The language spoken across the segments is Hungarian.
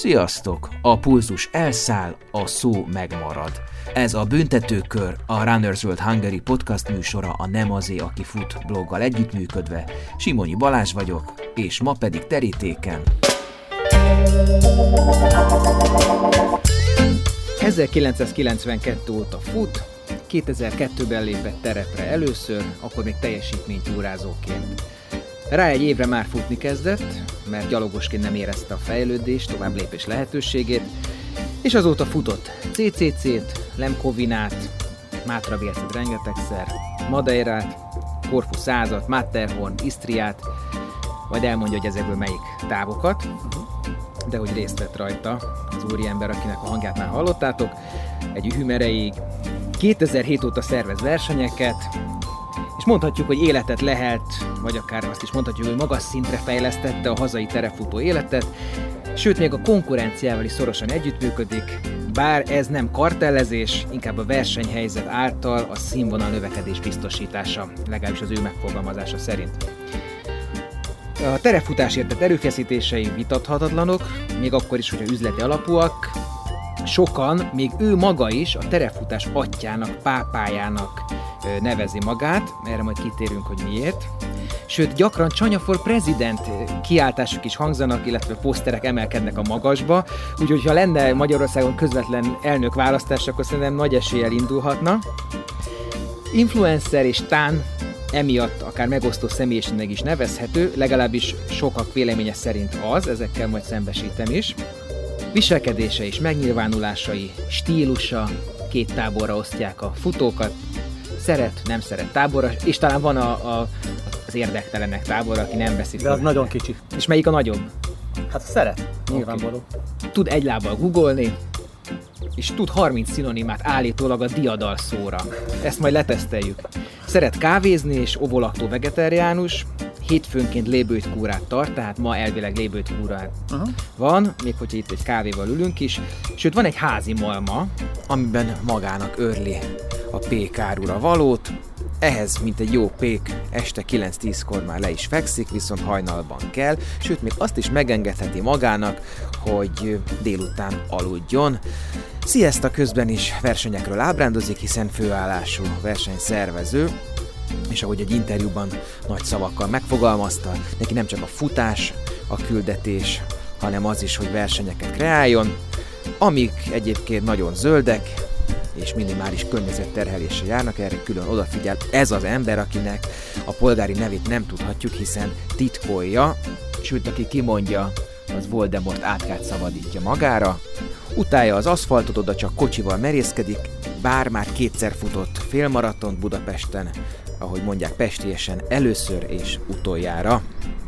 Sziasztok! A pulzus elszáll, a szó megmarad. Ez a Büntetőkör, a Runners World Hungary podcast műsora a Nem azé, aki fut bloggal együttműködve. Simonyi Balázs vagyok, és ma pedig terítéken. 1992 óta fut, 2002-ben lépett terepre először, akkor még teljesítménytúrázóként. Rá egy évre már futni kezdett, mert gyalogosként nem érezte a fejlődést, tovább lépés lehetőségét, és azóta futott CCC-t, Lemkovinát, Mátrabércet rengetegszer, Madeirát, Korfu 100-at, Matterhorn, Isztriát, majd elmondja, hogy ezekből melyik távokat, de hogy részt vett rajta az úriember, akinek a hangját már hallottátok, egy ühüm erejéig. 2007 óta szervez versenyeket, és mondhatjuk, hogy életet lehelt, vagy akár azt is mondhatjuk, hogy magas szintre fejlesztette a hazai terepfutó életet, sőt, még a konkurenciával is szorosan együttműködik, bár ez nem kartellezés, inkább a versenyhelyzet által a színvonal növekedés biztosítása, legalábbis az ő megfogalmazása szerint. A terepfutásért tett erőfeszítései vitathatatlanok, még akkor is, hogyha üzleti alapúak. Sokan, még ő maga is a terepfutás atyjának, pápájának nevezi magát, erre majd kitérünk, hogy miért. Sőt, gyakran Csanya for President kiáltások is hangzanak, illetve poszterek emelkednek a magasba, úgyhogy ha lenne Magyarországon közvetlen elnökválasztás, akkor szerintem nagy eséllyel indulhatna. Influencer és tán emiatt akár megosztó személyiségnek is nevezhető, legalábbis sokak véleménye szerint az, ezekkel majd szembesítem is. Viselkedése és megnyilvánulásai, stílusa, két táborra osztják a futókat, szeret, nem szeret táborra, és talán van az érdektelenek táborra, aki nem veszi fel. De az nagyon kicsi. És melyik a nagyobb? Hát szeret, nyilvánvaló. Tud egy lábbal googolni, és tud 30 szinonimát állítólag a diadal szóra. Ezt majd leteszteljük. Szeret kávézni és ovolaktó vegetáriánus, hétfőnként lébőjtkúrát tart, tehát ma elvileg lébőjtkúrát van, még hogyha itt egy kávéval ülünk is. Sőt, van egy házi malma, Amiben magának őrli a pékárura valót, ehhez, mint egy jó pék, este 9-10-kor már le is fekszik, viszont hajnalban kell, sőt, még azt is megengedheti magának, hogy délután aludjon. Siesta közben is versenyekről ábrándozik, hiszen főállású versenyszervező, és ahogy egy interjúban nagy szavakkal megfogalmazta, neki nem csak a futás a küldetés, hanem az is, hogy versenyeket kreáljon, amik egyébként nagyon zöldek, és minimális környezetterheléssel járnak, erre külön odafigyel. Ez az ember, akinek a polgári nevét nem tudhatjuk, hiszen titkolja, sőt, aki kimondja, az Voldemort átkát szabadítja magára. Utálja az aszfaltot, oda csak kocsival merészkedik, bár már kétszer futott félmaratont Budapesten, ahogy mondják pestiesen, először és utoljára.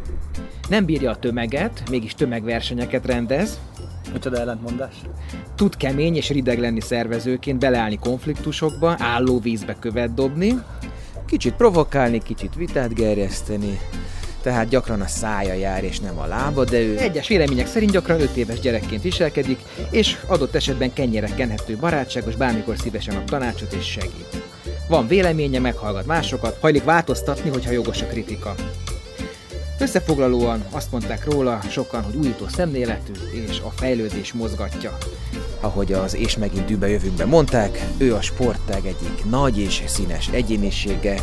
nem bírja a tömeget, mégis tömegversenyeket rendez, Micsoda ellentmondás. tud kemény és rideg lenni szervezőként, beleállni konfliktusokba, álló vízbe követ dobni, Kicsit provokálni, kicsit vitát gerjeszteni, tehát gyakran a szája jár és nem a lába, de ő... egyes vélemények szerint gyakran 5 éves gyerekként viselkedik, és adott esetben kenyére kenhető, barátságos, bármikor szívesen ad tanácsot és segít. Van véleménye, meghallgat másokat, hajlik változtatni, hogyha jogos a kritika. Összefoglalóan azt mondták róla sokan, hogy újító szemléletű és a fejlődés mozgatja. Ahogy az És megint dűbe jövünkbe mondták, ő a sportág egyik nagy és színes egyénisége,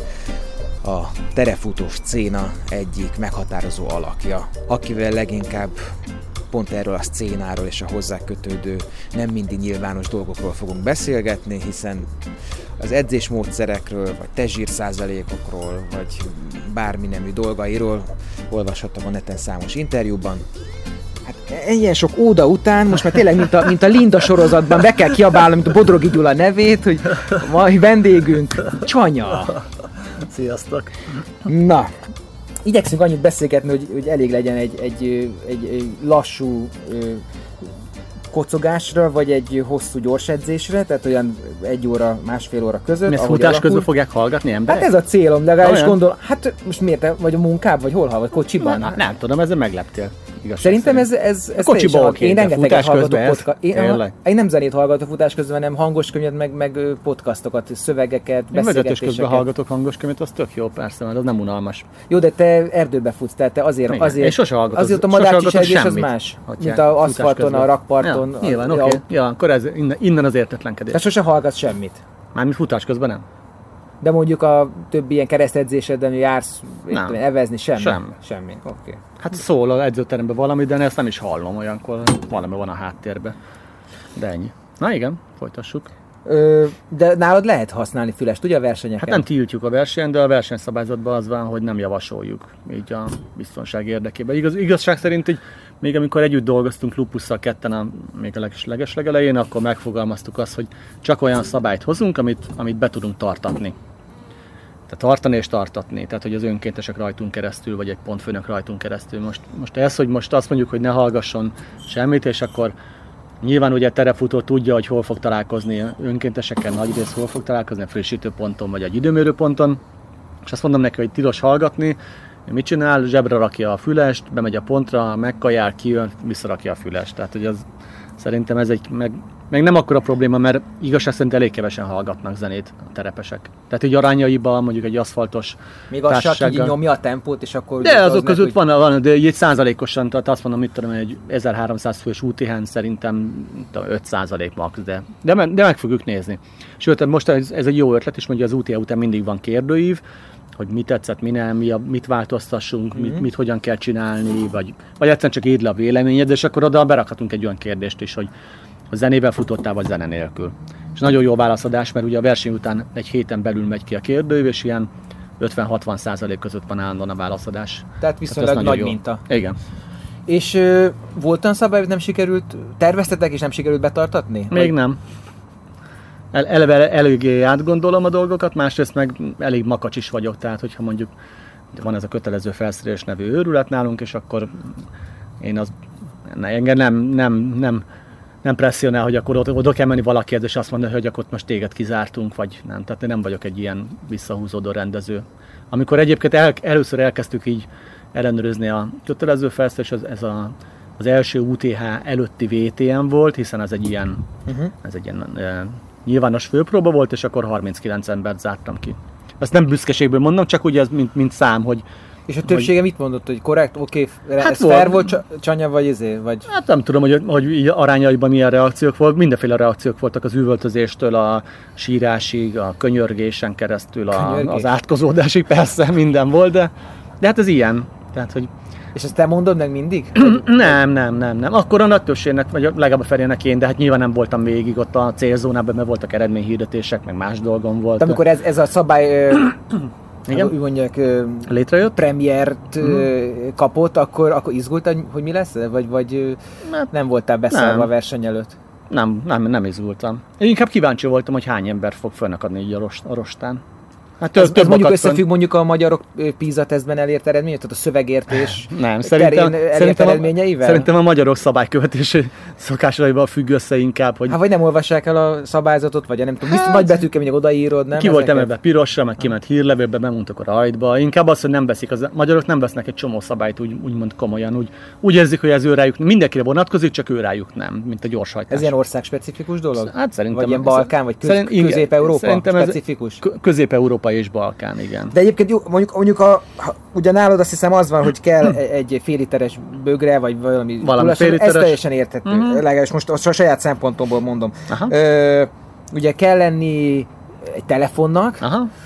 a terepfutós szcéna egyik meghatározó alakja, akivel leginkább pont erről a szcénáról és a hozzá kötődő nem mindig nyilvános dolgokról fogunk beszélgetni, hiszen az edzésmódszerekről, vagy testzsírszázalékokról, vagy bármi nemű dolgairól olvashattam a neten számos interjúban. Hát ilyen sok óda után, most már tényleg, mint a Linda sorozatban be kell kiabálni, mint a Bodrogi Gyula nevét, hogy mai vendégünk Csanya. Sziasztok! Na, igyekszünk annyit beszélgetni, hogy elég legyen egy lassú kocogásra, vagy egy hosszú gyors edzésre, tehát olyan 1 óra, másfél óra között. Ezt futás közben fogják hallgatni emberek? Hát ez a célom, legalábbis gondolom, hát most miért, vagy a munkább, vagy hol, vagy kocsiban? Nem tudom, ezzel megleptél. Szerintem ez kocsiba oké, én de rengeteget futás hallgatok közben podcast. Én nem zenét hallgatok futás közben, hanem hangos könyvet, meg podcastokat, szövegeket, Én vezetés közben beszélgetéseket. hallgatok hangos könyvet, az tök jó, persze, mert az nem unalmas. Jó, de te erdőbe futsz, tehát te Igen. azért Én sose hallgatok, azért a sose madárcsicsegés az semmit, más, hogyha mint az futás aszfalton, közben. a rakparton. Ja, nyilván, oké. Ja, akkor ez innen az értetlenkedés. Tehát sose hallgatsz semmit. Mármint futás közben nem. De mondjuk a többi ilyen keresztedzéseden jársz Nem. evezni, semmi? Semmi. Oké. Hát szól az edzőteremben valami, de ezt nem is hallom olyankor, valami van a háttérben. De ennyi. Na igen, folytassuk. De nálad lehet használni fülest, ugye a versenyeken? Hát nem tiltjuk a versenyen, de a versenyszabályzatban az van, hogy nem javasoljuk így a biztonság érdekében. Igazság szerint így, még amikor együtt dolgoztunk Lupusszal ketten még a legelején, akkor megfogalmaztuk azt, hogy csak olyan szabályt hozunk, amit be tudunk tartatni. Tehát tartani és tartatni. Tehát, hogy az önkéntesek rajtunk keresztül, vagy egy pontfőnök rajtunk keresztül. Most ez, hogy most azt mondjuk, hogy ne hallgasson semmit, és akkor nyilván ugye a terepfutó tudja, hogy hol fog találkozni önkéntesekkel, nagy rész hol fog találkozni, a frissítő ponton vagy egy időmérő ponton. És azt mondom neki, hogy tilos hallgatni. Mit csinál? Zsebre rakja a fülest, bemegy a pontra, megkajál, kijön, visszarakja a fülest. Tehát, hogy az, szerintem ez egy, meg nem akkora probléma, mert igazság szerint elég kevesen hallgatnak zenét a terepesek. Tehát így arányaiban mondjuk egy aszfaltos még az csak így nyomja a tempót, és akkor... De azok között van, de így százalékosan, tehát azt mondom, mit tudom, egy 1300 fős UTH-n szerintem 5% max, de meg fogjuk nézni. Sőt, most ez egy jó ötlet, és mondja az UTH után mindig van kérdőív, hogy mi tetszett, mi nem, mit változtassunk, mit hogyan kell csinálni, vagy egyszerűen csak írd le a véleményed, és akkor oda berakhatunk egy olyan kérdést is, hogy a zenében futottál, vagy zene nélkül. És nagyon jó válaszadás, mert ugye a verseny után egy héten belül megy ki a kérdőív, és ilyen 50-60% között van állandóan a válaszadás. Tehát viszonylag nagy minta. Igen. És volt olyan szabály, hogy nem sikerült, terveztetek és nem sikerült betartatni? Még nem. Eleve eléggé átgondolom a dolgokat, másrészt meg elég makacs is vagyok, tehát hogyha mondjuk van ez a kötelező felszerelés nevű őrület nálunk, és akkor én engem nem presszionál, hogy akkor oda kell menni valakihez, és azt mondja, hogy akkor most téged kizártunk, vagy nem. Tehát én nem vagyok egy ilyen visszahúzódó rendező. Amikor egyébként először elkezdtük így ellenőrizni a kötelező felszerelés, ez az első UTH előtti VTM volt, hiszen ez egy ilyen, nyilvános főpróba volt, és akkor 39 embert zártam ki. Ezt nem büszkeségből mondom, csak ugye ez mint szám, hogy... És a többsége mit mondott, hogy korrekt, oké, ez fair volt Csanya, vagy? Hát nem tudom, hogy így arányaiban milyen reakciók volt. Mindenféle reakciók voltak az üvöltözéstől, a sírásig, a könyörgésen keresztül, az átkozódásig, persze minden volt, de hát ez ilyen. Tehát, hogy... És ezt te mondod meg mindig? Nem. Akkor a nagy többségnek, vagy legalább a Ferének én, de hát nyilván nem voltam végig ott a célzónában, mert voltak eredményhirdetések, meg más dolgom volt. De amikor ez a szabály... Igen? Úgy mondják, létrejött? Premiért kapott, akkor izgultál, hogy mi lesz? Vagy nem voltál beszállva a verseny előtt? Nem izgultam. Én inkább kíváncsi voltam, hogy hány ember fog fönnakadni így a rostán. Hát ez mondjuk összefügg mondjuk a magyarok PISA tesztben elért eredményét, tehát a szövegértés elért eredményeivel? Szerintem a magyarok szabálykövetési szokásaival függ össze inkább, hogy... Hát vagy nem olvassák el a szabályzatot, vagy nem tudom, nagy betűkkel mindig odaírod, nem? Ki volt emelve pirosra, meg kiment hírlevélbe, bemondtak a rajtba. Inkább az, hogy nem veszik, a magyarok nem vesznek egy csomó szabályt úgymond komolyan, úgy érzik, hogy ez ő rájuk mindenkire vonatkozik, csak ő rájuk nem, mint a gyorshajtás. Ez ilyen országspecifikus dolog? Hát szerintem... Vagy ilyen Balkán, vagy Közép-Európa specifikus? Közép-Európa és Balkán, igen. De egyébként jó, mondjuk ugye nálad azt hiszem az van, hogy kell egy fél literes bögre, vagy valami fél literes. Ez teljesen érthető. Legalábbis most a saját szempontomból mondom. Ugye kell lenni egy telefonnak,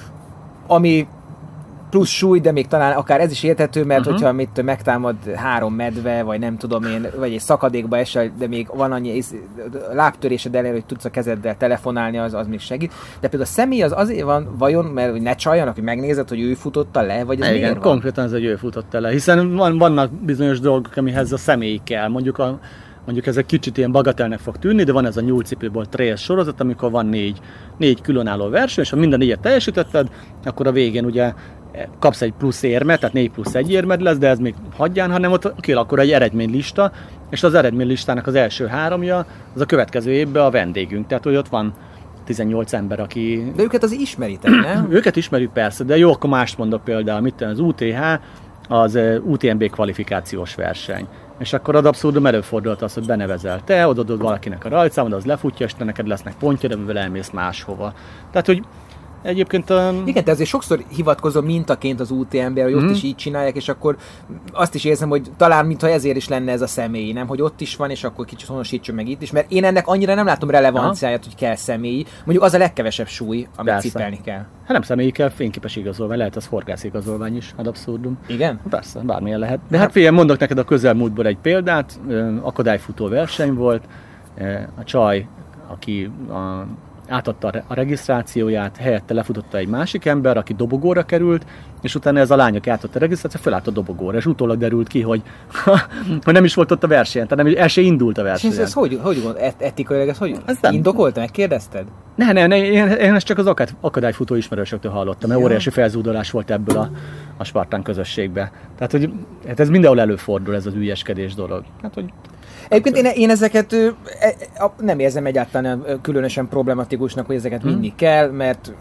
ami plusz súly, de még talán akár ez is érthető, mert hogyha megtámad 3 medve, vagy nem tudom én, vagy egy szakadékba esel, de még van annyi lábtörésed ellenére, hogy tudsz a kezeddel telefonálni, az még segít. De például a személy az azért van vajon, mert hogy ne csaljanak, hogy megnézed, hogy ő futotta le, vagy ez igen, miért van? Konkrétan ez, hogy ő futotta le, hiszen vannak bizonyos dolgok, amihez a személy kell. Mondjuk ez egy kicsit ilyen bagatelnek fog tűnni, de van ez a nyúlcipőból trail sorozat, amikor van négy különálló verseny, és ha minden négyet teljesítetted, akkor a végén ugye kapsz egy plusz érmet, tehát 4 plusz 1 érmed lesz, de ez még hagyján, hanem ott kialakul egy eredménylista, és az eredménylistának az első 3-ja, az a következő évben a vendégünk. Tehát, hogy ott van 18 ember, aki... De őket az ismeritek, nem? Őket ismerjük persze, de jó, akkor mást mondok például, az UTH, az UTMB kvalifikációs verseny. És akkor ad abszurdum előfordult az, hogy benevezel te, odadod valakinek a rajtszámod, az lefutja, és te neked lesznek pontjad, amivel elmész máshova. Tehát, hogy egyébként igen, te azért sokszor hivatkozom mintaként az UTM-be, hogy ott is így csinálják, és akkor azt is érzem, hogy talán mintha ezért is lenne ez a személyi, nem? Hogy ott is van, és akkor kicsit honosítsam meg itt is, mert én ennek annyira nem látom relevanciáját, hogy kell személyi. Mondjuk az a legkevesebb súly, amit cipelni kell. Hát nem személyi kell, fényképes igazolvány, lehet az horgászigazolvány is, ad abszurdum. Igen? Persze, bármilyen lehet. De hát figyelj, mondok neked a közelmúltból egy példát, akadályfutó verseny volt, a csaj, aki átadta a regisztrációját, helyette lefutotta egy másik ember, aki dobogóra került, és utána ez a lány, aki átadta a regisztrációt, felállt a dobogóra, és utólag derült ki, hogy nem is volt ott a versenyen, tehát nem, el se indult a versenyen. És ez hogy etikailag, ez hogy indokolta, megkérdezted? Nem, én ezt csak az akadályfutó ismerősöktől hallottam, mert óriási felzúdulás volt ebből a Spartán közösségbe. Tehát, hogy hát ez mindenhol előfordul, ez az ügyeskedés dolog. Hát, hogy egyébként én ezeket nem érzem egyáltalán különösen problematikusnak, hogy ezeket vinni kell, mert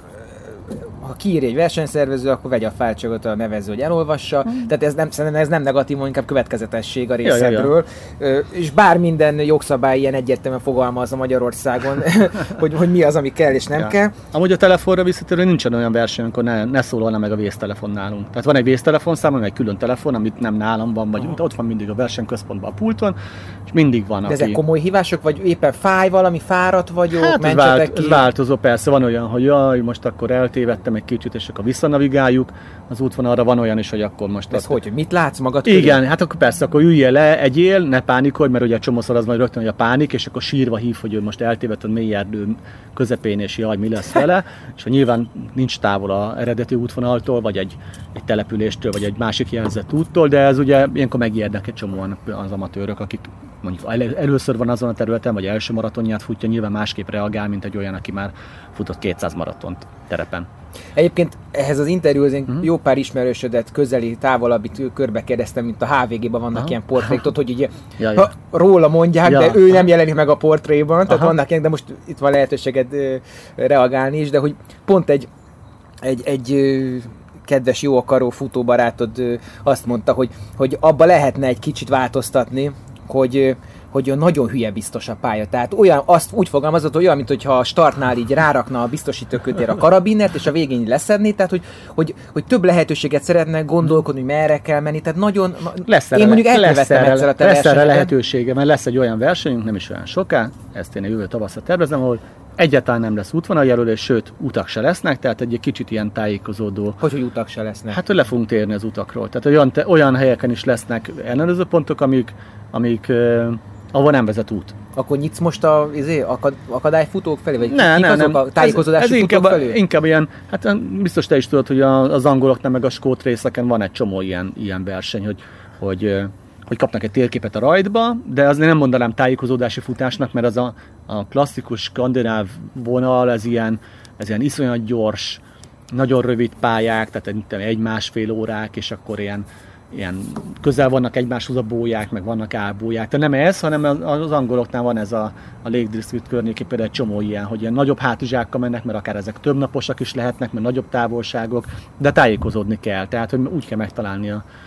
ha kiír egy versenyszervező, akkor vegye a fájlcsomagot a nevező, hogy elolvassa. Tehát ez nem negatív, inkább következetesség a részedről. És bár minden jogszabály ilyen egyértelműen fogalmazza Magyarországon, hogy mi az, ami kell és nem kell. Amúgy a telefonra visszatérő nincsen olyan verseny, amikor ne szólalna meg a vésztelefon nálunk. Tehát van egy vésztelefonszám, ami egy külön telefon, amit nem nálam van, vagy ott van mindig a versenyközpontban a pulton, és mindig van. De ezek komoly hívások, vagy éppen fáj valami, fáradt vagyok, hát mentsetek ki? Ez változó, persze, van olyan, hogy jaj, most akkor eltévedtem egy kicsit, és akkor visszanavigáljuk az útvonalra, van olyan is, hogy akkor most... Ez hogy mit látsz magad? Igen, körül? Hát akkor persze, akkor üljél le, egyél, ne pánikolj, mert ugye csomószor az majd rögtön, hogy a pánik, és akkor sírva hív, hogy ő most eltévedt a mély erdő közepén, és jaj, mi lesz vele, és hogy nyilván nincs távol az eredeti útvonaltól, vagy egy településtől, vagy egy másik jelzett úttól, de ez ugye ilyenkor megijednek egy csomóan az amatőrök, akik mondjuk először van azon a területen, vagy első maratonját futja, nyilván másképp reagál, mint egy olyan, aki már futott 200 maratont terepen. Egyébként ehhez az interjúhoz én jó pár ismerősödet, közeli, távolabbi körbe kérdeztem, mint a HVG-ban vannak ilyen portrék, hogy ugye róla mondják, de ő nem jelenik meg a portréban, tehát vannak ilyen, de most itt van lehetőséged reagálni is, de hogy pont egy kedves, jó akaró futóbarátod azt mondta, hogy abba lehetne egy kicsit változtatni, hogy nagyon hülye biztos a pálya. Tehát azt úgy fogalmazott, olyan, mint hogyha a startnál így rárakna a biztosítókötélre a karabinert, és a végén leszedni, tehát hogy több lehetőséget szeretne gondolkodni, hogy merre kell menni, tehát nagyon... Én mondjuk elkövettem egyszer a te lesz erre lehetősége, mert lesz egy olyan versenyünk, nem is olyan soká, ezt én jövő tavaszra tervezem, ahol egyáltalán nem lesz útvonaljelölés, sőt, utak se lesznek, tehát egy kicsit ilyen tájékozódó... Hogy utak se lesznek? Hát, hogy le fogunk térni az utakról. Tehát olyan helyeken is lesznek ellenőrző pontok, amik ahol nem vezet út. Akkor nyitsz most akadályfutók felé? Vagy nem. A tájékozódási futók felé? Inkább ilyen, hát biztos te is tudod, hogy az angoloknál meg a skót részeken van egy csomó ilyen verseny, hogy kapnak egy térképet a rajtba, de azért nem mondanám tájékozódási futásnak, mert az a klasszikus skandináv vonal, ez ilyen iszonyat gyors, nagyon rövid pályák, tehát egy-másfél órák, és akkor ilyen közel vannak egymáshoz a bóják, meg vannak álbóják. Tehát nem ez, hanem az angoloknál van ez a Lake District környékén például egy csomó ilyen, hogy ilyen nagyobb hátizsákkal mennek, mert akár ezek több naposak is lehetnek, mert nagyobb távolságok, de tájékozódni kell. Tehát, hogy úgy kell megtalálni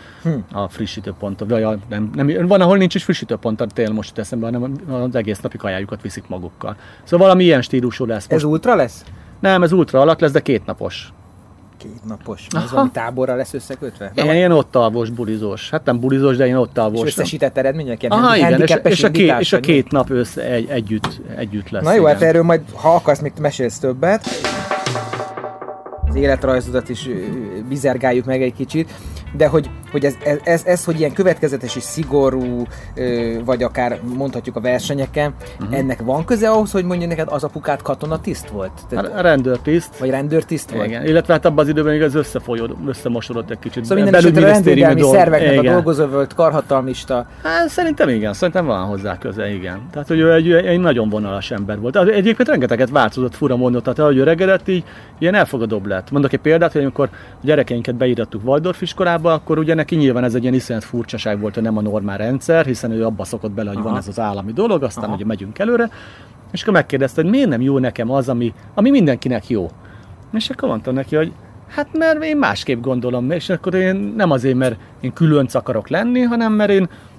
a frissítőpontot. Nem, van, ahol nincs is frissítőpont, tényleg most eszembe, hanem az egész napi kajájukat viszik magukkal. Szóval valami ilyen stílusú lesz. Ez ultra lesz? Nem, ez ultra alak lesz, de 2 napos. 2 napos? Ez valami táborra lesz összekötve? Ilyen ott alvos, bulizós. Hát nem bulizós, de ilyen ott alvos. És összesített eredmények? Igen, és a 2 nap együtt lesz. Na jó, hát erről majd, ha akarsz, még mesélsz többet. Az életrajzodat is bizergáljuk meg egy kicsit, de hogy ez, hogy ilyen következetes és szigorú, vagy akár mondhatjuk a versenyeken, ennek van köze ahhoz, hogy mondjuk neked az apukád katonatiszt volt? A rendőrtiszt. Vagy rendőrtiszt volt? Igen, illetve hát abban az időben igaz összemosodott egy kicsit. Szóval minden esetre a rendvédelmi szerveknek a dolgozó volt, karhatalmista. Hát szerintem van hozzá köze, igen. Tehát, hogy ő egy nagyon vonalas ember volt. Egyébként rengeteget változott, fura mondott, tehát ahogy öregedett, így ilyen elfogadóbb lett. Mondok egy példát, hogy amikor a gyerekeinket beírattuk Waldorf iskolába, akkor ugye neki nyilván ez egy ilyen iszonyat furcsaság volt, hogy nem a normál rendszer, hiszen ő abba szokott bele, hogy van ez az állami dolog, aztán ugye megyünk előre, és akkor megkérdezte, hogy miért nem jó nekem az, ami mindenkinek jó. És akkor mondtam neki, hogy hát mert én másképp gondolom, és akkor én nem azért, mert én különc akarok lenni, hanem mert én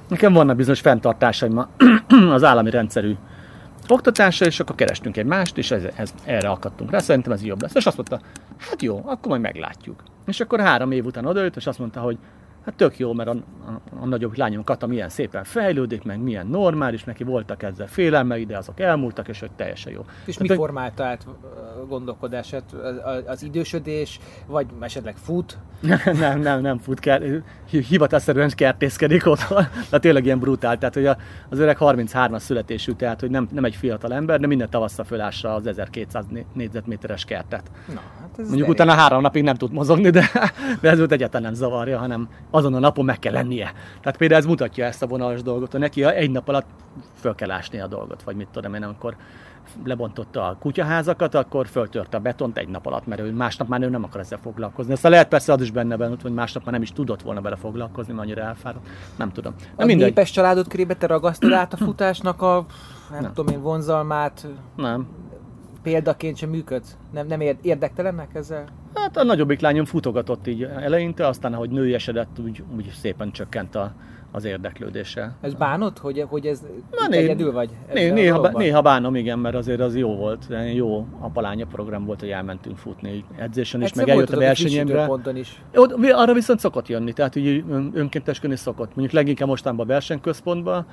nekem vannak bizonyos fenntartásaim az állami rendszerű oktatásra, és akkor kerestünk egy mást, és erre akadtunk rá, szerintem ez jobb lesz. És azt mondta, hát jó, akkor majd meglátjuk. És akkor 3 év után odajött, és azt mondta, hogy hát tök jó, mert a nagyobb lányom Kata milyen szépen fejlődik, meg milyen normális, neki voltak ezzel félelmei, de azok elmúltak, és hogy teljesen jó. És mi formálta át gondolkodását? Az idősödés, vagy esetleg fut? Nem fut, hivatásszerűen kertészkedik otthon. Tehát tényleg ilyen brutál, tehát hogy az öreg 33-as születésű, tehát hogy nem egy fiatal ember, de minden tavasszal fölássa az 1200 négyzetméteres kertet. Na, hát ez mondjuk utána 3 napig nem tud mozogni, de ez volt egyáltalán nem zavarja, hanem azon a napon meg kell lennie. Tehát például ez mutatja ezt a vonalas dolgot, hogy neki egy nap alatt föl kell ásni a dolgot, vagy mit tudom én, amikor lebontotta a kutyaházakat, akkor föltörte a betont egy nap alatt, mert ő másnap már ő nem akar ezzel foglalkozni. Aztán lehet persze az is benne, hogy másnap már nem is tudott volna vele foglalkozni, mert annyira elfáradt. Nem tudom. A népes családod körébe te ragasztod át a futásnak a tudom én, vonzalmát? Nem. Példaként sem működsz? Nem érdektelennek ezzel? Hát a nagyobbik lányom futogatott így eleinte, aztán ahogy nőjesedett, úgy szépen csökkent az érdeklődése. Ez bánod, hogy ez egyedül vagy? Néha bánom, igen, mert azért az jó volt. Jó apalánya program volt, hogy elmentünk futni edzésen is, meg eljött a versenyemre. Arra viszont szokott jönni, tehát úgy önkénteskedni szokott. Mondjuk leginkább mostanában a versenyközpontban,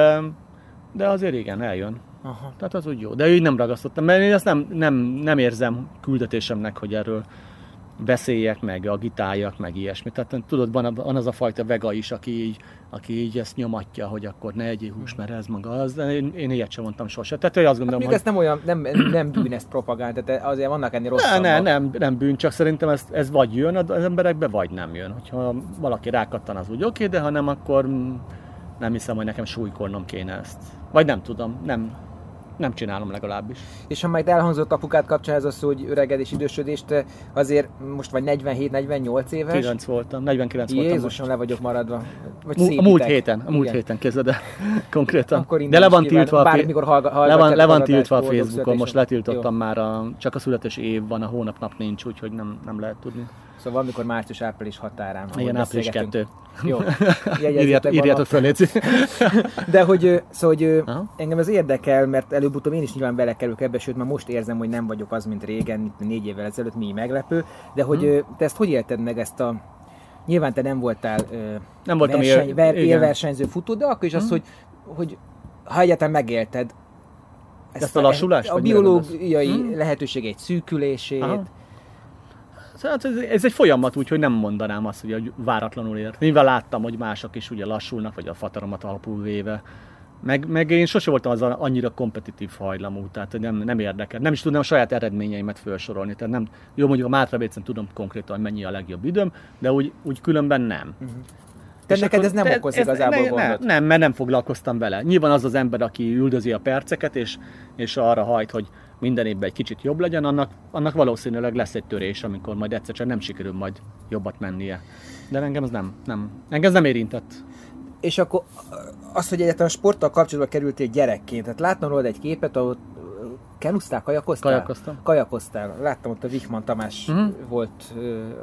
de azért igen, eljön. Aha. Tehát az úgy jó. De így nem ragasztottam, mert én ezt nem érzem küldetésemnek, hogy erről beszéljek, meg agitáljak, meg ilyesmi. Tehát tudod, van az a fajta vega is, aki így ezt nyomatja, hogy akkor ne egyél hús, mert ez maga az. De én ilyet sem mondtam sose. Tehát azt gondolom, hogy... ez nem olyan, nem bűn ezt propagálni, tehát azért vannak ennél rosszabbak. Nem bűn, csak szerintem ez vagy jön az emberekbe, vagy nem jön. Hogyha valaki rákattan, az úgy oké, de ha nem, akkor nem hiszem, hogy nekem súlykolnom kéne ezt. Vagy nem tudom, nem csinálom legalábbis. És ha majd elhangzott apukát kapcsán ez az szó, hogy öregedés, idősödést, most vagy 47-48 éves? 49 voltam. Jézusom, le vagyok maradva. Vagy a múlt héten kezdve, de konkrétan. De le van tiltva a Facebookon, most letiltottam már, csak a születési év van, a hónap nem nincs, úgyhogy nem lehet tudni. Szóval valamikor március-április határán. Igen, április 2. Jó. Írjátok föl, légy. De hogy engem ez érdekel, mert előbb-utóbb én is nyilván belekerülök ebbe, sőt már most érzem, hogy nem vagyok az, mint régen, 4 évvel ezelőtt, mi meglepő. De hogy te ezt hogy élted meg ezt a... Nyilván te nem voltál élversenyző futó, de akkor is az, hogy ha egyáltalán megélted ezt a lassulást? A biológiai lehetőségeit, szűkülését. Aha. Hát ez egy folyamat, úgyhogy nem mondanám azt, hogy váratlanul ért. Mivel láttam, hogy mások is ugye lassulnak, vagy a fataromat alapul véve. Meg én sose voltam az annyira kompetitív hajlamú, tehát nem érdekel. Nem is tudnám a saját eredményeimet felsorolni. Tehát nem, jó, mondjuk a Mátra-Bécen tudom konkrétan, hogy mennyi a legjobb időm, de úgy különben nem. Te neked ez nem okoz igazából gondot? Nem, mert nem foglalkoztam vele. Nyilván az az ember, aki üldözi a perceket, és arra hajt, hogy minden évben egy kicsit jobb legyen, annak valószínűleg lesz egy törés, amikor majd egyszer csak nem sikerül majd jobbat mennie. De engem ez nem érintett. És akkor az, hogy egyáltalán a sporttal kapcsolatban kerültél gyerekként, tehát láttam rólad egy képet, ahol kenusztál, kajakoztál. Láttam ott a Wichmann Tamás volt,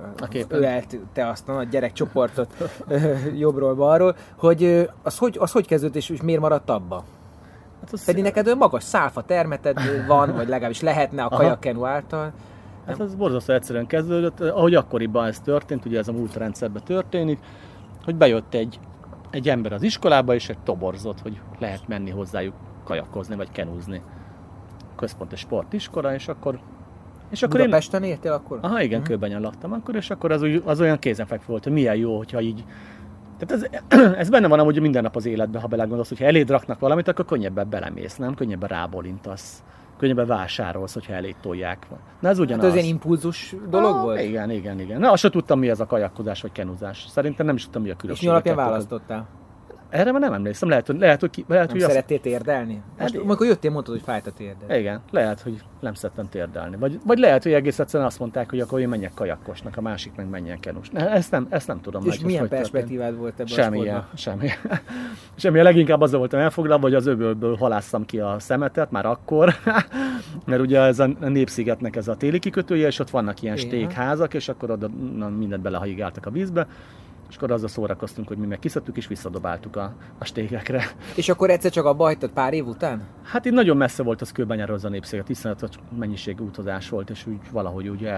ő elte azt a nagy gyerekcsoportot jobbról balról, hogy az hogy kezdődött és miért maradt abba? Hát pedig neked olyan magas szálfa termeted van, vagy legalábbis lehetne a kajakkenu által. Hát ez borzasztó egyszerűen kezdődött, ahogy akkoriban ez történt, ugye ez a múlt rendszerben történik, hogy bejött egy ember az iskolába, és egy toborzott, hogy lehet menni hozzájuk kajakkozni, vagy kenúzni. Központi sportiskola, és akkor Budapesten éltél akkor? Aha, igen, Kőbenyen laktam akkor, és akkor az olyan kézenfekvő volt, hogy milyen jó, hogyha így... Tehát ez benne van amúgy minden nap az életben, ha belegondolsz, hogyha eléd raknak valamit, akkor könnyebben belemész, nem? Könnyebben rábólintasz, könnyebben vásárolsz, hogyha eléd tolják. Na ez ugyanaz. Hát ez ilyen impulzus dolog volt? Igen. Na, azt sem tudtam, mi ez a kajakkozás vagy kenuzás. Szerintem nem is tudtam, mi a különbség. És mi alapján választottál? Erre már nem emlékszem, lehet, hogy nem szerettél térdelni? Most, amikor jöttél, mondtad, hogy fájt a térded. Igen, lehet, hogy nem szerettem térdelni. Vagy lehet, hogy egész egyszerűen azt mondták, hogy akkor én menjek kajakkosnak, a másik meg menjen kenus. Ezt nem tudom. És milyen perspektívád volt ebben a sportban? Semmi. Leginkább azzal voltam elfoglalva, hogy az öbölből halásszam ki a szemetet, már akkor. Mert ugye ez a Népszigetnek ez a téli kikötője, és ott vannak ilyen stékházak, és akkor oda mindent belehajigáltak a vízbe. És akkor azzal szórakoztunk, hogy mi meg kiszedtük és visszadobáltuk a stégekre. És akkor egyszer csak abba hagytad pár év után? Hát így nagyon messze volt az Kőbányáról az a Népsziget, iszonyatos mennyiségű utazás volt, és úgy valahogy úgy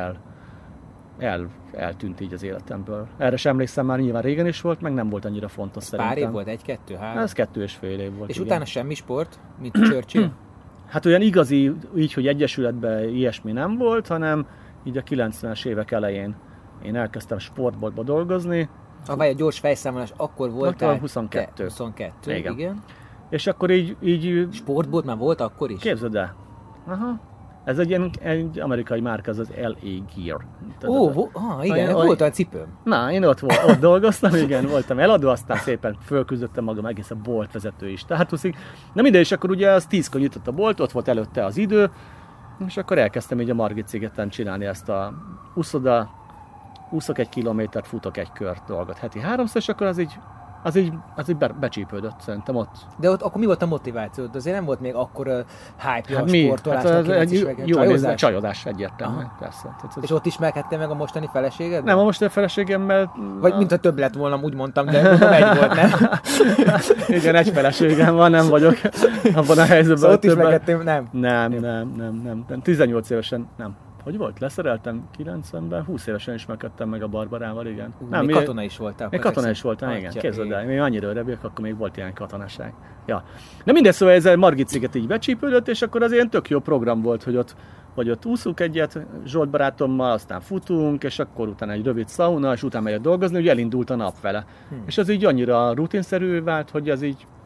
eltűnt így az életemből. Erre sem emlékszem, már nyilván régen is volt, meg nem volt annyira fontos szerintem. Pár év volt? 1, 2, 3? Ez 2,5 év volt. És igen. utána semmi sport, mint Churchill? Hát olyan igazi, így, hogy egyesületben ilyesmi nem volt, hanem így a 90-es évek elején én elkezdtem sportboltba dolgozni. Vagy a gyors fejszámolás, akkor voltál... 22. 22, igen. És akkor így... Sportbolt már volt akkor is? Képzeld el. Aha. Ez egy amerikai márka, az LA Gear. Igen, volt olyan cipőm. Na, én ott dolgoztam, igen, voltam eladó, aztán szépen fölküzdöttem magam egész a boltvezető is. Tehát na mindegy, és akkor ugye az 10-kor nyitott a bolt, ott volt előtte az idő, és akkor elkezdtem így a Margit-szigeten csinálni ezt a úszok 1 kilométert, futok 1 kört dolgot heti 3-szor, és akkor az így becsípődött szerintem ott. De ott akkor mi volt a motiváció? Azért nem volt még akkor hype-ja a mi? sportolásnak, Hát csajozás egyértelmű, persze. És ott ismerkedtél meg a mostani feleséged? Nem, a mostani feleségemmel... Vagy mintha több lett volna, úgy mondtam, de mondom, egy volt, nem? Igen, egy feleségem van, nem vagyok abban a helyzetben. Szóval ott ismerkedtél, nem? Nem. 18 évesen nem. Hogy volt? Leszereltem 90-ben, 20 évesen ismerkedtem meg a Barbarával, igen. Nem, még katona is voltál. Még katona is voltam, igen. Képzeld el, még annyira örebbek, akkor még volt ilyen katonaság. Ja. De mindegy, szóval ez a Margit-sziget így becsípődött, és akkor az ilyen tök jó program volt, hogy ott úszunk egyet Zsolt barátommal, aztán futunk, és akkor utána egy rövid szauna, és utána megyek dolgozni, hogy elindult a nap vele. És az így annyira rutinszerű vált, hogy ez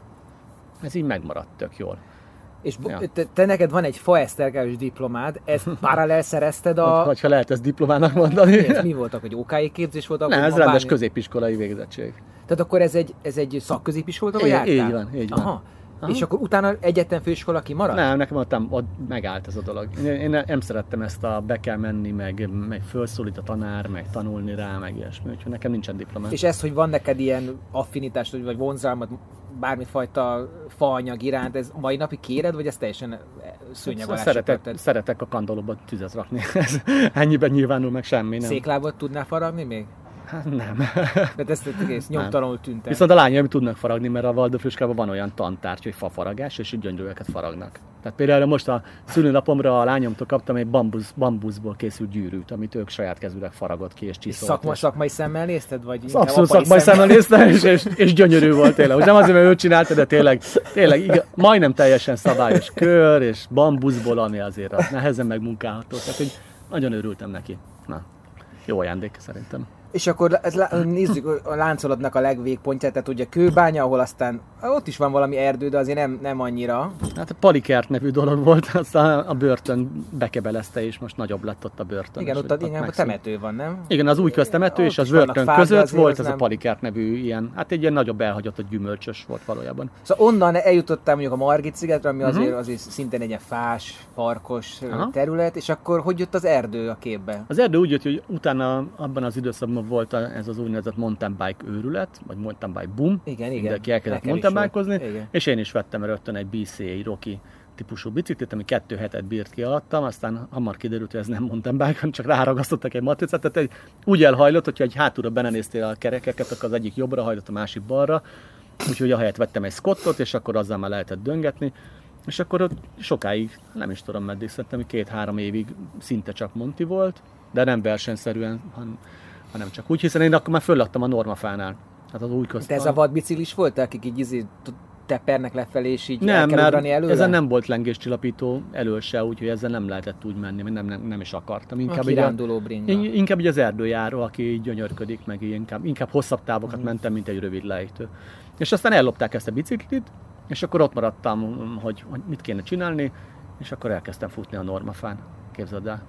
így megmaradt tök jól. És te neked van egy faesztergálós diplomád, ezt paralel szerezted ha lehet ezt diplomának mondani. Ez mi voltak, hogy OK képzés voltak? Nem, ez rendes középiskolai végzettség. Tehát akkor ez egy szakközépiskola, vagy jártál? Így van. Aha. És akkor utána egyetem főiskola kimaradt? Nem, nekem ott megállt ez a dolog. Én nem szerettem ezt be kell menni, meg felszólít a tanár, meg tanulni rá, meg ilyesmi, úgyhogy nekem nincsen diplomám. És ez, hogy van neked ilyen affinitás, vagy vonzalmat bármifajta faanyag iránt, ez mai napig kéred, vagy ez teljesen szőnyeg alá Szeretek a kandallóba tüzet rakni. Ennyiben nyilvánul meg semmi, nem. Széklábot tudnál faragni még? Hát nem. De ezt egész nyomtalanul tűnt el. Viszont a lányaim tudnak faragni, mert a Waldorfiskolában van olyan tantárgy, hogy fafaragás, és így gyöngyörűeket faragnak. Tehát például most a szülőnapomra a lányomtól kaptam egy bambuszból készült gyűrűt, amit ők saját kezűleg faragott ki és csiszolt. Szakmai szemmel nézted? Vagy abszolút szakmai szemmel néztem, és gyönyörű volt tényleg. Most nem azért, mert ő csinálta, de tényleg majdnem teljesen szabályos kör, és bambuszból, ami azért nehezen megmunkálható. Tehát hogy nagyon örültem neki. Na, jó ajándék szerintem. És akkor nézzük a láncolatnak a legvégpontját, tehát ugye Kőbánya, ahol aztán ott is van valami erdő, de azért nem annyira. Hát a Palikert nevű dolog volt, aztán a börtön bekebelezte, és most nagyobb lett ott a börtön. Igen, ott a temető van, nem? Igen, az új köztemető és az börtön között volt az a Palikert nevű ilyen, hát egy ilyen nagyobb elhagyott, gyümölcsös volt valójában. Szóval onnan eljutottál mondjuk a Margit-szigetre, ami azért szintén egy ilyen fás, parkos terület, és akkor hogy jött az erdő a képbe? Az erdő úgy jött, hogy utána abban az időszakban volt ez az úgynevezett mountain bike őrület, vagy mountain bike boom. Igen. Mindenki elkezdett mountain bike-ozni, és én is vettem rögtön egy BCA Rocky típusú biciklit, ami 2 hetet bírt ki alattam, aztán hamar kiderült, hogy ez nem mountain bike, hanem csak ráragasztottak egy matricát, tehát úgy elhajlott, hogyha egy hátulra benenéztél a kerekeket, akkor az egyik jobbra hajlott, a másik balra, úgyhogy ahelyett vettem egy Scottot, és akkor azzal már lehetett döngetni, és akkor ott sokáig, nem is tudom meddig, szerintem 2-3 évig szinte csak Monti volt, de nem versenyszerűen, hanem csak úgy, hiszen én akkor már föllattam a Normafánál. Hát az új közben. De ez a vadbiciklis volt, akik így tepernek lefelé, és így nem, el kell ugrani előle? Ezen nem volt lengéscsillapító elől se, úgyhogy ezzel nem lehetett úgy menni, nem is akartam. Inkább a kiránduló bringa. Inkább így az erdőjáró, aki így gyönyörködik, meg inkább hosszabb távokat mentem, mint egy rövid lejtő. És aztán ellopták ezt a biciklit, és akkor ott maradtam, hogy mit kéne csinálni, és akkor elkezdtem futni a Normafán. Képzeld el.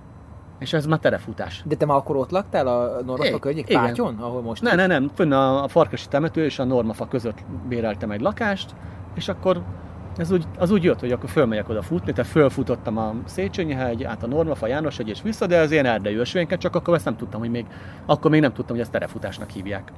És ez már terefutás. De te már akkor ott laktál a Normafa környék Pátyon, ahol most? Nem. Fönn a Farkasi temető és a Normafa között béreltem egy lakást, és akkor az úgy jött, hogy akkor fölmegyek oda futni, tehát fölfutottam a Széchenyi-hegy, át a Normafa, Jánoshegy és vissza, de az ilyen erdei ösvényeket, csak akkor ezt nem tudtam, hogy még nem tudtam, hogy ezt terefutásnak hívják.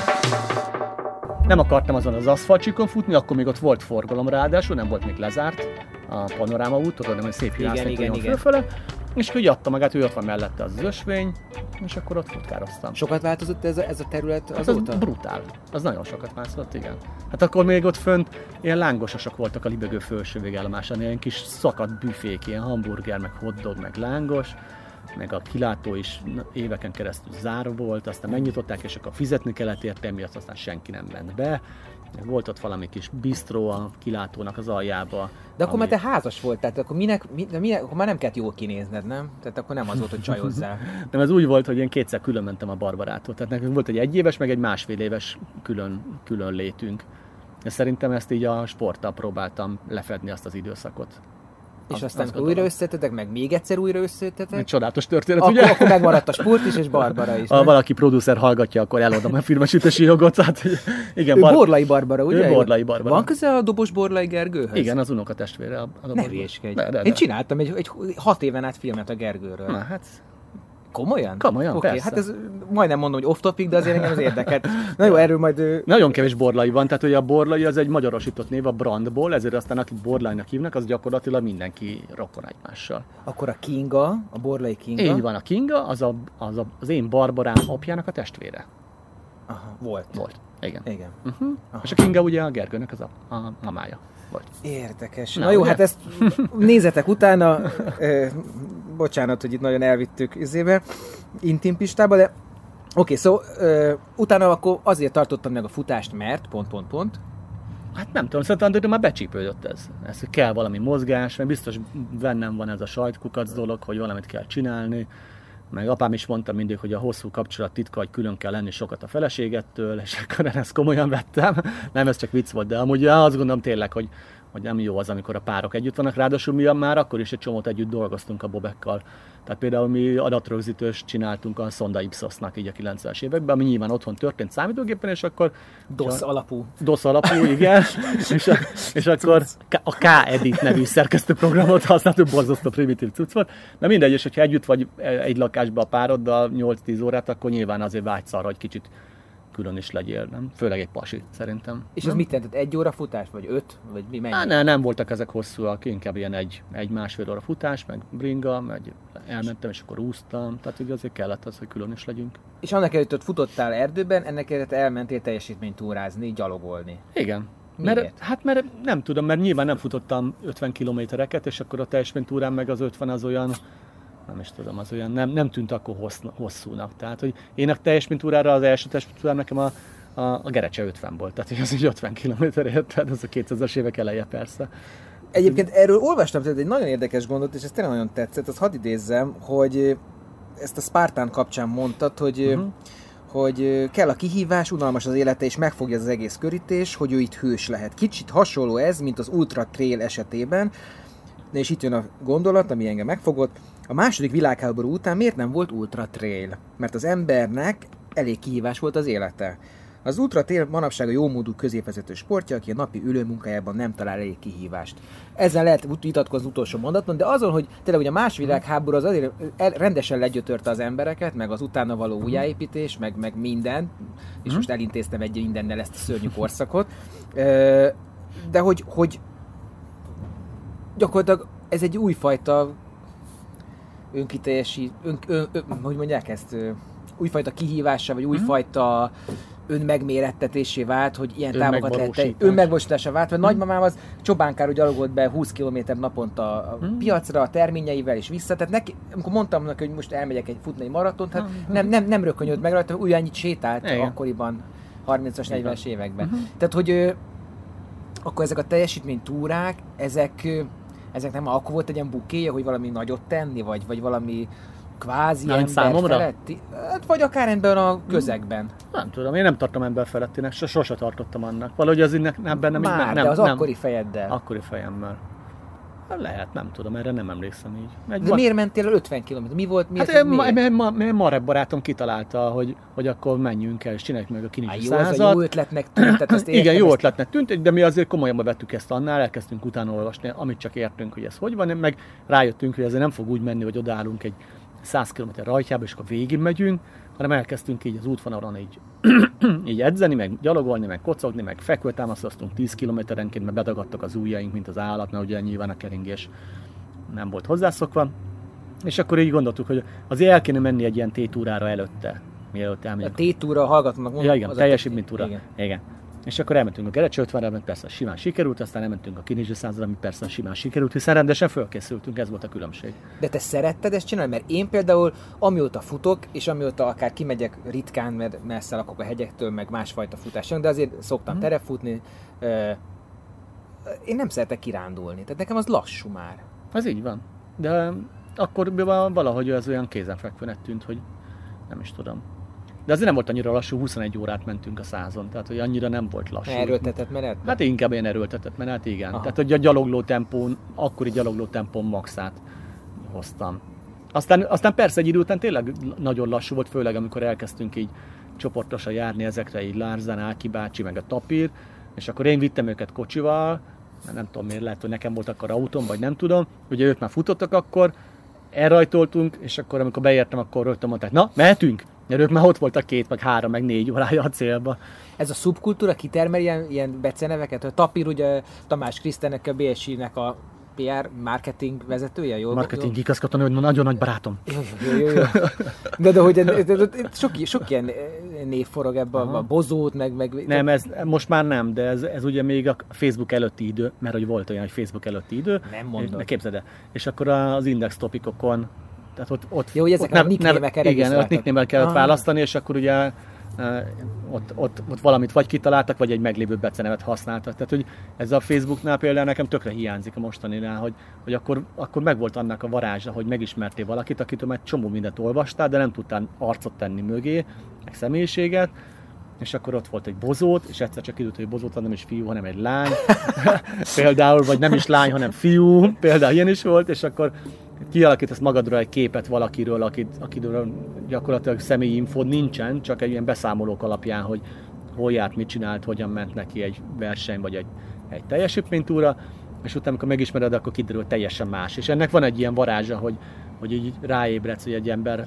Nem akartam azon az aszfaltcsíkon futni, akkor még ott volt forgalom ráadásul, nem volt még lezárt a Panoráma út, tudod, hogy szép hírásznék fölfele. És úgy adta magát, hogy ott van mellette az ösvény, és akkor ott futkároztam. Sokat változott ez a terület Hát azóta? az brutál. Az nagyon sokat változott, igen. Hát akkor még ott fönt ilyen lángosasok voltak a Libegő felső végállomásán, ilyen kis szakadt büfék, ilyen hamburger, meg hotdog, meg lángos, meg a kilátó is éveken keresztül zárva volt, aztán megnyitották, és akkor fizetni kellett érte, emiatt aztán senki nem ment be. Volt ott valami kis bistró a kilátónak az aljába. De akkor már te házas voltál, tehát akkor akkor már nem kellett jól kinézned, nem? Tehát akkor nem az volt, hogy csajozzál. Nem, ez úgy volt, hogy én kétszer külön mentem a Barbarától. Tehát nekünk volt egy egyéves, meg egy másfél éves külön létünk. És szerintem ezt így a sporttal próbáltam lefedni azt az időszakot. És aztán újra összetetek, meg még egyszer újra összetetek. Egy csodálatos történet, ugye? Akkor megmaradt a sport is, és Barbara is. Ha valaki producer hallgatja, akkor eladom a filmesítési jogot. Tehát, igen, ő Borlai Barbara, ugye? Ő Borlai Barbara. Van köze a dobos Borlai Gergőhöz? Igen, az unokatestvére. Ne hülyéskedj. Én csináltam egy 6 éven át filmet a Gergőről. Na, hát... Komolyan? Komolyan, okay, persze. Hát ez majdnem mondom, hogy off-topic, de azért engem az érdekelt. Na jó, erről majd... Nagyon kevés Borlai van, tehát hogy a Borlai az egy magyarosított név a brandból, ezért aztán akit Borlainak hívnak, az gyakorlatilag mindenki rokon egymással. Akkor a Kinga, a Borlai Kinga... Így van, a Kinga, az én Barbarám apjának a testvére. Aha, volt. Igen. Uh-huh. És a Kinga ugye a Gergőnek az a mamája volt. Érdekes. Na jó, ugye? Hát ezt nézzetek utána. Bocsánat, hogy itt nagyon elvittük Intim Pistába, de oké, szóval utána akkor azért tartottam meg a futást, mert pont. Hát nem tudom, szerintem már becsípődött ez. Ez, hogy kell valami mozgás, mert biztos bennem van ez a sajtkukac dolog, hogy valamit kell csinálni. Meg apám is mondta mindig, hogy a hosszú kapcsolat titka, hogy külön kell lenni sokat a feleségettől, és akkor én ezt komolyan vettem. Nem, ez csak vicc volt, de amúgy azt gondolom tényleg, hogy nem jó az, amikor a párok együtt vannak, ráadásul mi már akkor is egy csomót együtt dolgoztunk a Bobekkal. Tehát például mi adatrögzítőst csináltunk a Sonda Ipsosnak így a 90-es években, ami nyilván otthon történt számítógépen, és akkor... DOS alapú, igen. és akkor a K-Edit nevű szerkesztőprogramot használtuk, borzasztó primitív cucc volt. De mindegy, és hogyha együtt vagy egy lakásban a pároddal 8-10 órát, akkor nyilván azért vágysz arra, hogy kicsit külön is legyél, nem? Főleg egy pasi, szerintem. És ez mit jelentett? 1 óra futás? Vagy 5? Vagy mi mennyi? Nem voltak ezek hosszúak, inkább ilyen egy-másfél óra futás, meg bringa, meg elmentem, és akkor úsztam. Tehát ugye azért kellett az, hogy külön is legyünk. És annak előtt ott futottál erdőben, ennek előtt elmentél teljesítménytúrázni, gyalogolni. Igen. Miért? Mert nem tudom, mert nyilván nem futottam 50 kilométereket, és akkor a teljesítménytúrán meg az 50 az olyan, nem is tudom, az olyan nem tűnt akkor hosszúnak. Tehát, hogy én a teljesítménytúrára, az első teljesítménytúrám nekem a Gerecse 50 volt, tehát hogy az így 50 kilométerért, tehát az a 2000-es évek eleje persze. Egyébként erről olvastam egy nagyon érdekes gondot, és ez tényleg nagyon tetszett, azt hadd idézzem, hogy ezt a Spartan kapcsán mondtad, hogy kell a kihívás, unalmas az élete, és megfogja az egész körítés, hogy ő itt hős lehet. Kicsit hasonló ez, mint az Ultra Trail esetében, és itt jön a gondolat, ami engem megfogott. A második világháború után miért nem volt Ultra Trail? Mert az embernek elég kihívás volt az élete. Az Ultra Trail manapság a jómódú középvezető sportja, aki a napi ülőmunkájában nem talál elég kihívást. Ezzel lehet vitatkozni az utolsó mondaton, de azon, hogy tényleg ugye a második világháború az azért rendesen legyötörte az embereket, meg az utána való újjáépítés, meg minden, és most elintéztem egy mindennel ezt a szörnyű korszakot, de hogy gyakorlatilag ez egy újfajta hogy mondják ezt, újfajta kihívással, vagy újfajta önmegmérettetésé vált, hogy ilyen távokat lehet önmegvalósításra vált, mert nagymamám az csobánkáról gyalogolt be 20 km naponta a piacra a terményeivel és vissza, tehát neki, amikor mondtam neki, hogy most elmegyek futni egy maratont, hát nem rökönyöd meg rajta, ugyannyit sétált akkoriban, 30-as, 40-es években. Tehát, hogy akkor ezek a teljesítménytúrák, ezek nem akkor volt egy ilyen bukéja, hogy valami nagyot tenni, vagy valami kvázi ember feletti? Hát, vagy akár ebben a közegben. Nem tudom, én nem tartom ember felettinek, sose tartottam annak. Valahogy az bennem nem. De az akkori fejeddel. Akkori fejemmel. Lehet, nem tudom, erre nem emlékszem így. De miért mentél el 50 km? Mi volt? Mert Marek barátom kitalálta, hogy akkor menjünk el, és csináljuk meg a Kinizsi 100-at. Jó, az jó ötletnek tűnt. Igen, jó ötletnek tűnt, de mi azért komolyabban vettük ezt annál, elkezdtünk utána olvasni, amit csak értünk, hogy ez hogy van, meg rájöttünk, hogy ezért nem fog úgy menni, hogy odaállunk egy 100 km rajtjába, és akkor végig megyünk, hanem elkezdtünk így az útvonalon így edzeni, meg gyalogolni, meg kocogni, meg fekvőtámasztottunk 10 kilométerenként, mert bedagadtak az ujjaink, mint az állat, mert ugye nyilván a keringés nem volt hozzászokva. És akkor így gondoltuk, hogy azért el kéne menni egy ilyen tétúrára előtte, mielőtt elmegyünk. A tétúra, hallgatónak mondom. Ja, igen, teljesítménytúra. Igen. És akkor elmentünk a Gerecse 50-re, amit persze simán sikerült, aztán elmentünk a Kinizsi 100-ra, ami persze simán sikerült, hiszen rendesen fölkészültünk, ez volt a különbség. De te szeretted ezt csinálni? Mert én például, amióta futok, és amióta akár kimegyek ritkán, mert messze lakok a hegyektől, meg másfajta futáson, de azért szoktam terepfutni, én nem szeretek kirándulni, tehát nekem az lassú már. Az így van. De akkor valahogy az olyan kézenfekvőnek tűnt, hogy nem is tudom. De azért nem volt annyira lassú, 21 órát mentünk a 100-on, tehát hogy annyira nem volt lassú. Erőltetett menet? Hát inkább ilyen erőltetett menet, igen. Aha. Tehát hogy a gyalogló tempón, akkori gyalogló tempón maxát hoztam. Aztán persze egy idő után tényleg nagyon lassú volt, főleg amikor elkezdtünk így csoportosan járni ezekre, így Lárzán, Áki bácsi, meg a Tapír, és akkor én vittem őket kocsival, mert nem tudom miért, lehet, hogy nekem volt akkor autóm, vagy nem tudom, ugye ők már futottak akkor, elrajtoltunk, és akkor amikor beértem, akkor rögtön mondták, na, mehetünk? Mert ők már ott voltak 2, meg 3, meg 4 órája a célba. Ez a szubkultúra kitermel ilyen beceneveket? A Tapír ugye Tamás Krisztennek, a BSI-nek a PR marketing vezetője, jól? Marketing igazgatónő, hogy nagyon nagy barátom. Jó. De hogy sok ilyen név forog ebbe, a Bozót, meg... Nem, ez most már nem, de ez ugye még a Facebook előtti idő, mert hogy volt olyan, hogy Facebook előtti idő. Nem mondod. Képzeld el. És akkor az index topikokon, tehát ott jó, hogy ezek a nicknémeket igen, ott nicknémmel kellett választani, és akkor ugye ott valamit vagy kitaláltak, vagy egy meglévő becenevet használtak. Tehát, hogy ez a Facebooknál például nekem tökre hiányzik a mostaninál, hogy akkor megvolt annak a varázsa, hogy megismertél valakit, akitől már csomó mindent olvastál, de nem tudtál arcot tenni mögé, meg személyiséget, és akkor ott volt egy Bozót, és egyszer csak kiderült, hogy Bozót nem is fiú, hanem egy lány. Például, vagy nem is lány, hanem fiú. Például ilyen is volt, és akkor kialakítasz magadról egy képet valakiről, akiről gyakorlatilag személyi infód nincsen, csak egy ilyen beszámolók alapján, hogy hol járt, mit csinált, hogyan ment neki egy verseny, vagy egy teljesítménytúra, és utána, amikor megismered, akkor kiderül teljesen más. És ennek van egy ilyen varázsa, hogy így ráébredsz, hogy egy ember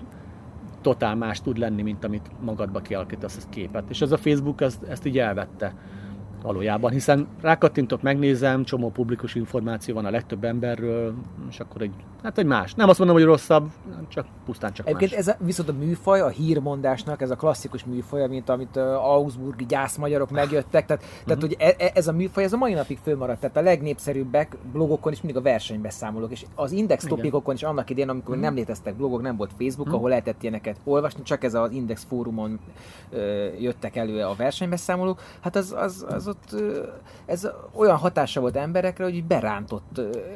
totál más tud lenni, mint amit magadba kialakítasz ezt képet. És ez a Facebook ezt így elvette valójában, hiszen rákattintok, megnézem, csomó publikus információ van a legtöbb emberről, és akkor egy más. Nem azt mondom, hogy rosszabb, pusztán csak egyébként más. Ez viszont a műfaj, a hírmondásnak, ez a klasszikus műfaj, mint amit augsburgi gyászmagyarok megjöttek, tehát hogy ez a műfaj, ez a mai napig fölmaradt, tehát a legnépszerűbbek blogokon is mindig a versenybeszámolók, és az index topikokon is annak idején, amikor nem léteztek blogok, nem volt Facebook, ahol lehetett ilyeneket olvasni, csak ez az index fórumon jöttek elő a versenybeszámolók, hát az ott ez olyan hatása volt emberekre, hogy berántott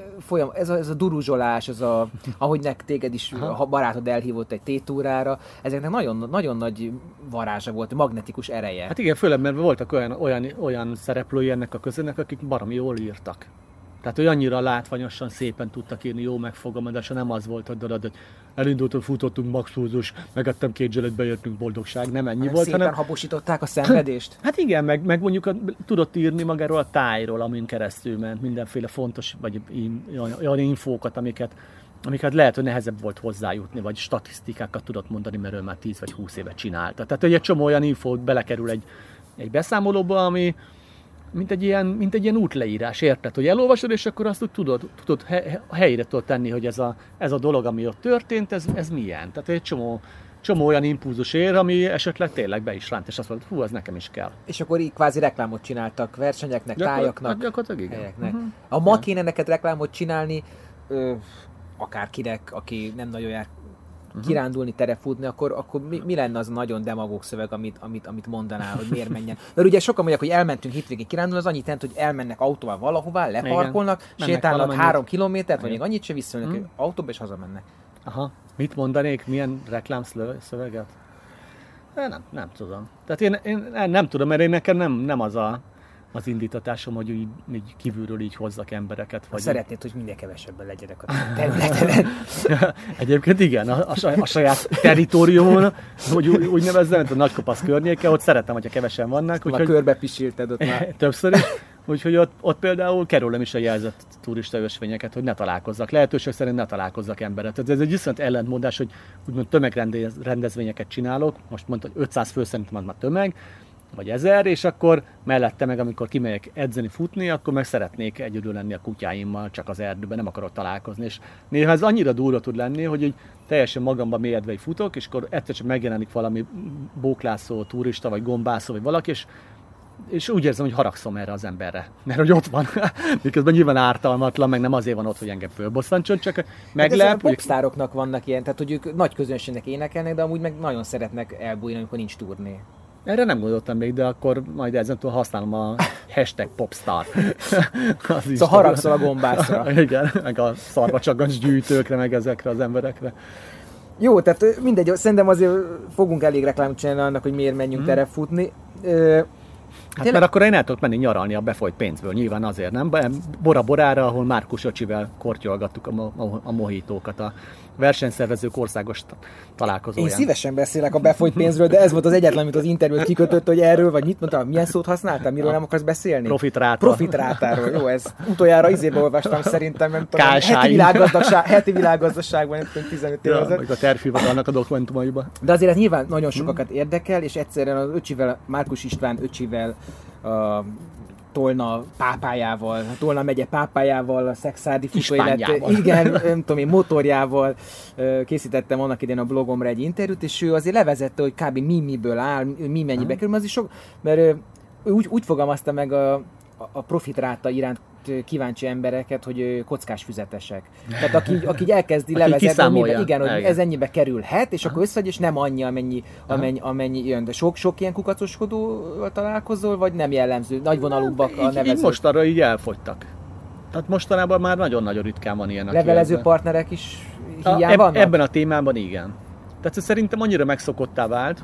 ez a duruzsolás, ahogy téged is a barátod elhívott egy tétúrára, ezeknek nagyon, nagyon nagy varázsa volt, magnetikus ereje. Hát igen, főleg, mert voltak olyan szereplői ennek a közönnek, akik baromi jól írtak. Tehát, hogy annyira látványosan, szépen tudtak írni, jó megfogalmazása, nem az volt, hogy elindultunk, futottunk, maxfúzus, megettem 2 zselet, bejöttünk, boldogság, nem ennyi volt, szépen habosították a szenvedést? Hát igen, meg mondjuk tudott írni magáról a tájról, amin keresztül ment, mindenféle fontos, vagy olyan infókat, amiket lehet, hogy nehezebb volt hozzájutni, vagy statisztikákat tudott mondani, mert ő már 10 vagy 20 éve csinálta. Tehát, hogy egy csomó olyan infót belekerül egy beszámolóba, ami mint egy ilyen útleírás, érted? Hogy elolvasod, és akkor azt tudod helyre tudod tenni, hogy ez a dolog, ami ott történt, ez milyen. Tehát egy csomó olyan impulzus ér, ami esetleg tényleg be is ránt, és azt mondod, ez nekem is kell. És akkor így kvázi reklámot csináltak versenyeknek, tájaknak, gyakorlatilag igen. Helyeknek. A ma kéne neked reklámot csinálni, akárkinek, aki nem nagyon jár kirándulni, terefutni, akkor mi lenne az nagyon demagóg szöveg, amit mondanál, hogy miért menjen? Mert ugye sokan mondják, hogy elmentünk hétvégén kirándulni, az annyit jelent, hogy elmennek autóval valahová, leparkolnak, sétálnak 3 kilométert, vagy még annyit se visszajönnek autóba, és hazamennek. Aha. Mit mondanék? Milyen reklámszöveget? Nem tudom. Tehát én nem tudom, mert nekem nem az indítatásom, hogy így kívülről így hozzak embereket. Vagy szeretnéd, hogy minél kevesebben legyenek a területen. Egyébként igen, a saját territóriumon, hogy úgy nevezzem, mint a Nagykopasz környéke, ott szeretem, hogyha kevesen vannak. Már körbe pisilted ott már. Többször is. Úgyhogy ott például kerülöm is a jelzett turista ösvényeket, hogy ne találkozzak. Lehetőség szerint ne találkozzak emberet. Tehát ez egy iszonyat ellentmondás, hogy úgymond tömegrendezvényeket csinálok. Most mondta, hogy 500 fő szerintem az már tömeg. vagy 1000, és akkor mellette meg, amikor kimegyek edzeni, futni, akkor meg szeretnék egyedül lenni a kutyáimmal, csak az erdőben, nem akarok találkozni. És néha ez annyira durva tud lenni, hogy így teljesen magamba mélyedve futok, és akkor egyszer csak megjelenik valami bóklászó, turista, vagy gombászó, vagy valaki, és úgy érzem, hogy haragszom erre az emberre, mert hogy ott van, miközben nyilván ártalmatlan, meg nem azért van ott, hogy engem fölbosszantson, csak meglep. A popstároknak vannak ilyen, tehát hogy ők nagy közönségnek énekelnek, de amúgy meg nagyon szeretnek elbújni, amikor nincs turné. Erre nem gondoltam még, de akkor majd ezentúl használom a hashtag popstar. Szóval haragszol a gombászra. Igen, meg a szarvacsagas gyűjtőkre, meg ezekre az emberekre. Jó, tehát mindegy, szerintem azért fogunk elég reklámot csinálni annak, hogy miért menjünk terepfutni. Hát mert akkor én el tudok menni nyaralni a befolyt pénzből, nyilván azért, nem? Bora-borára, ahol Márkus öcsivel kortyolgattuk a mohitókat, a versenyszervezők országos találkozóján. Én szívesen beszélek a befolyt pénzről, de ez volt az egyetlen, amit az interjút kikötött, hogy erről, vagy mit mondtam, milyen szót használtál, miről nem akarsz beszélni? Profitrátáról, jó, ez utoljára izébe olvastam szerintem, nem tudom, heti világgazdaságban, nem tudom, 15 éve ezelőtt. A tervhivatalnak a dokumentumaiban. De azért ez nyilván nagyon sokakat érdekel, és egyszerűen az öcsivel, Márkus István öcsivel, Tolna pápájával, Tolna megye pápájával, a szexárdi futóélet, igen, nem tudom én, motorjával készítettem annak idején a blogomra egy interjút, és ő azért levezette, hogy kb. miből áll, mi mennyibe kerül, az is sok, mert ő úgy fogalmazta meg a profitráta iránt kíváncsi embereket, hogy kockás füzetesek. Tehát aki elkezdi levezetni, igen, hogy ez ennyibe kerülhet, és akkor összeadj, és nem annyi, amennyi jön. De sok ilyen kukacoskodóval találkozol, vagy nem jellemző? Nagyvonalúbbak a nevezők? Így mostanra így elfogytak. Tehát mostanában már nagyon-nagyon ritkán van ilyen. Levelező partnerek is hiány vannak? Ebben a témában igen. Tehát szerintem annyira megszokottá vált,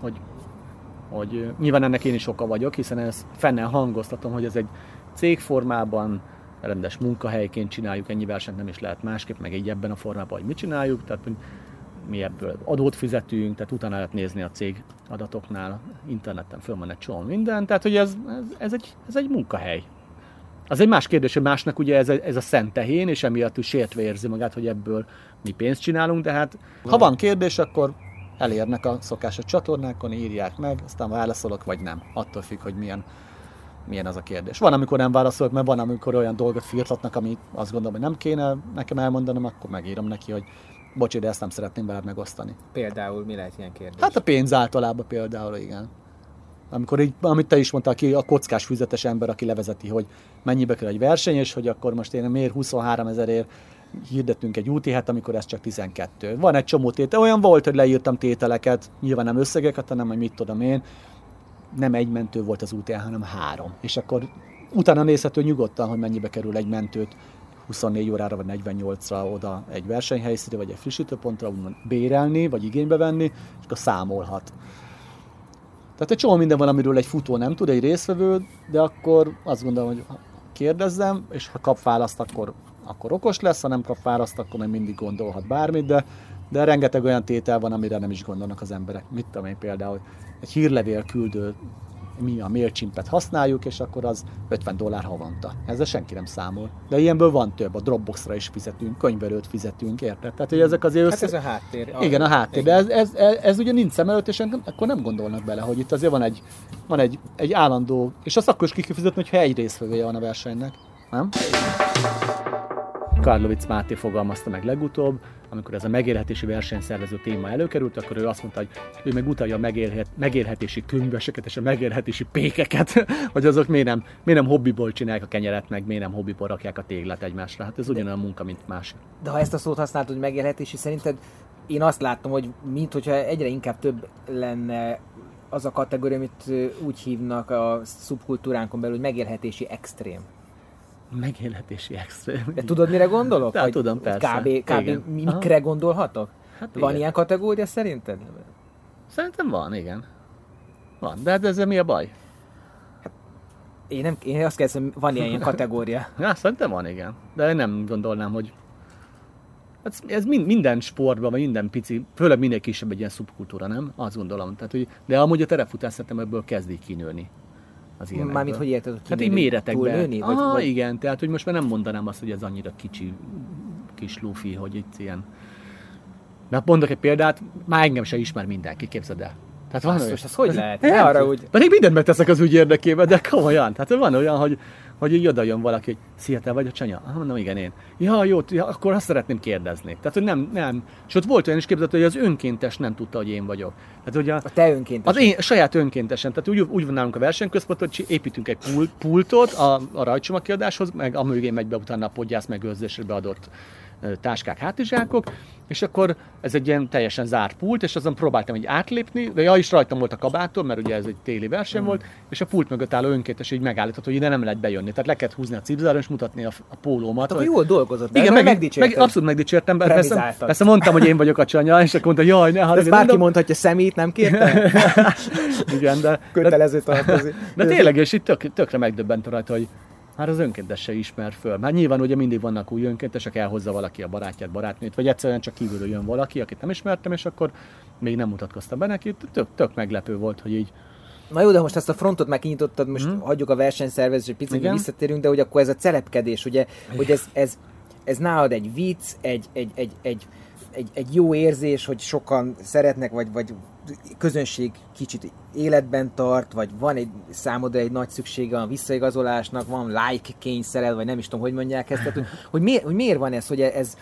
hogy nyilván ennek én is oka vagyok, hiszen ezt fennel hangoztatom, hogy ez egy cégformában, rendes munkahelyként csináljuk, ennyi versenyt nem is lehet másképp, meg így ebben a formában, hogy mit csináljuk, tehát mi ebből adót fizetünk, tehát utána lehet nézni a cég adatoknál, interneten föl van egy csomó minden, tehát hogy ez egy munkahely. Az egy más kérdés, hogy másnak ugye ez a szent tehén, és emiatt is sértve érzi magát, hogy ebből mi pénzt csinálunk, de hát ha van kérdés, akkor elérnek a szokásos csatornákon, írják meg, aztán válaszolok, vagy nem. Attól függ, hogy milyen az a kérdés. Van, amikor nem válaszolok, mert van, amikor olyan dolgot firtatnak, amit azt gondolom, hogy nem kéne nekem elmondanom, akkor megírom neki, hogy bocsi, de ezt nem szeretném veled megosztani. Például mi lehet ilyen kérdés? Hát a pénz általában például, igen. Amikor így, amit te is mondtál, a kockás füzetes ember, aki levezeti, hogy mennyibe kell egy verseny, és hogy akkor most én miért 23 000-ért hirdettünk egy UTH-t, amikor ez csak 12. Van egy csomó tétel. Olyan volt, hogy leírtam tételeket, nyilván nem összegeket, hanem hogy mit tudom én, nem egy mentő volt az UTH, hanem 3. És akkor utána nézhető nyugodtan, hogy mennyibe kerül egy mentőt 24 órára vagy 48-ra oda egy versenyhelyszínre, vagy egy frissítőpontra úgymond bérelni, vagy igénybe venni, és akkor számolhat. Tehát egy csomó minden van, amiről egy futó nem tud, egy résztvevő, de akkor azt gondolom, hogy kérdezzem, és ha kap választ, akkor okos lesz, ha nem kap választ, akkor még mindig gondolhat bármit, de rengeteg olyan tétel van, amire nem is gondolnak az emberek. Mit tudom én például, egy hírlevél küldő, mi a MailChimpet használjuk, és akkor az $50 havonta. Ezzel senki nem számol. De ilyenből van több, a Dropboxra is fizetünk, könyvelőt fizetünk, érted? Tehát, hogy ezek azért Hát ez a háttér. Igen, a háttér, de ez ugye nincs szem előtt, és akkor nem gondolnak bele, hogy itt azért van egy állandó, és azt akkor is ki kell fizetni, hogyha egy résztvevője van a versenynek. Nem? Karlovic Máté fogalmazta meg legutóbb, amikor ez a megélhetési versenyszervező téma előkerült, akkor ő azt mondta, hogy ő meg utalja a megélhetési könyveseket és a megélhetési pékeket, hogy azok miért nem hobbiból csinálják a kenyeret, meg miért nem hobbiból rakják a téglát egymásra. Hát ez ugyanolyan munka, mint más. De ha ezt a szót használtad, hogy megélhetési, szerinted én azt látom, hogy hogyha egyre inkább több lenne az a kategória, amit úgy hívnak a szubkultúránkon belül, hogy megélhetési extrém. Megélhetési extrém. De tudod, mire gondolok? De tudom, persze. Kb. Mikre gondolhatok? Hát van ilyen kategória szerinted? Szerintem van, igen. Van, de hát ezzel mi a baj? Hát, én azt kérdezem, van ilyen kategória. Ja, szerintem van, igen. De én nem gondolnám, hogy ez minden sportban, vagy minden pici, főleg minél kisebb egy ilyen szubkultúra, nem? Azt gondolom. Tehát, hogy, de amúgy a terepfutás szerintem ebből kezdik kinőni. Mármint hogy érted, hogy hát így méretekben. Vagy... Igen, tehát hogy most már nem mondanám azt, hogy ez annyira kicsi, kis lufi, hogy itt ilyen. Mert mondok egy példát, már engem se ismer mindenki, képzeld el. Tehát van olyan. Ez hogy lehet? Ne arra úgy... Pedig mindent megteszek az ügy érdekében, de komolyan. Tehát van olyan, hogy így oda jön valaki, hogy szia, te vagy a Csanya? Mondom, igen, én. Ja, jó, akkor azt szeretném kérdezni. Tehát, hogy nem. És ott volt olyan is képzett, hogy az önkéntes nem tudta, hogy én vagyok. Tehát, hogy a te önkéntesen? Az én saját önkéntesen. Tehát úgy van nálunk a versenyközpont, hogy építünk egy pultot a rajtcsomagkiadáshoz, meg amögé megy be utána a podgyász megőrzésre beadott táskák, hátizsákok, és akkor ez egy ilyen teljesen zárt pult, és azon próbáltam így átlépni, de is rajtam volt a kabátom, mert ugye ez egy téli verseny volt, és a pult mögött álló önkéntes így megállított, hogy ide nem lehet bejönni. Tehát le kellett húzni a cipzáron, és mutatni a pólómat. Akkor jól dolgozott, de igen, abszolút megdicsértem, persze mondtam, hogy én vagyok a Csanya, és akkor mondta, jaj, ne haragudj. Ez bárki mondhatja, szemét nem kérte? Igen, de... Kötelező tartozik. De tényleg, és itt tökre megdöbbent rajta, hogy hát az önkéntes se ismer föl. Már nyilván ugye mindig vannak új önkéntesek, elhozza valaki a barátját, barátnőt, vagy egyszerűen csak kívülről jön valaki, akit nem ismertem, és akkor még nem mutatkoztam be neki. Tök meglepő volt, hogy így. Na jó, de most ezt a frontot már kinyitottad, most hagyjuk a versenyszervezést, egy picit visszatérünk, de hogy akkor ez a celepkedés, ugye, hogy ez nálad egy vicc, egy jó érzés, hogy sokan szeretnek, vagy közönség kicsit életben tart, vagy van egy számodra egy nagy szüksége a visszaigazolásnak, van like kényszered, vagy nem is tudom, hogy mondják ezt. Tehát, hogy miért van ez, hogy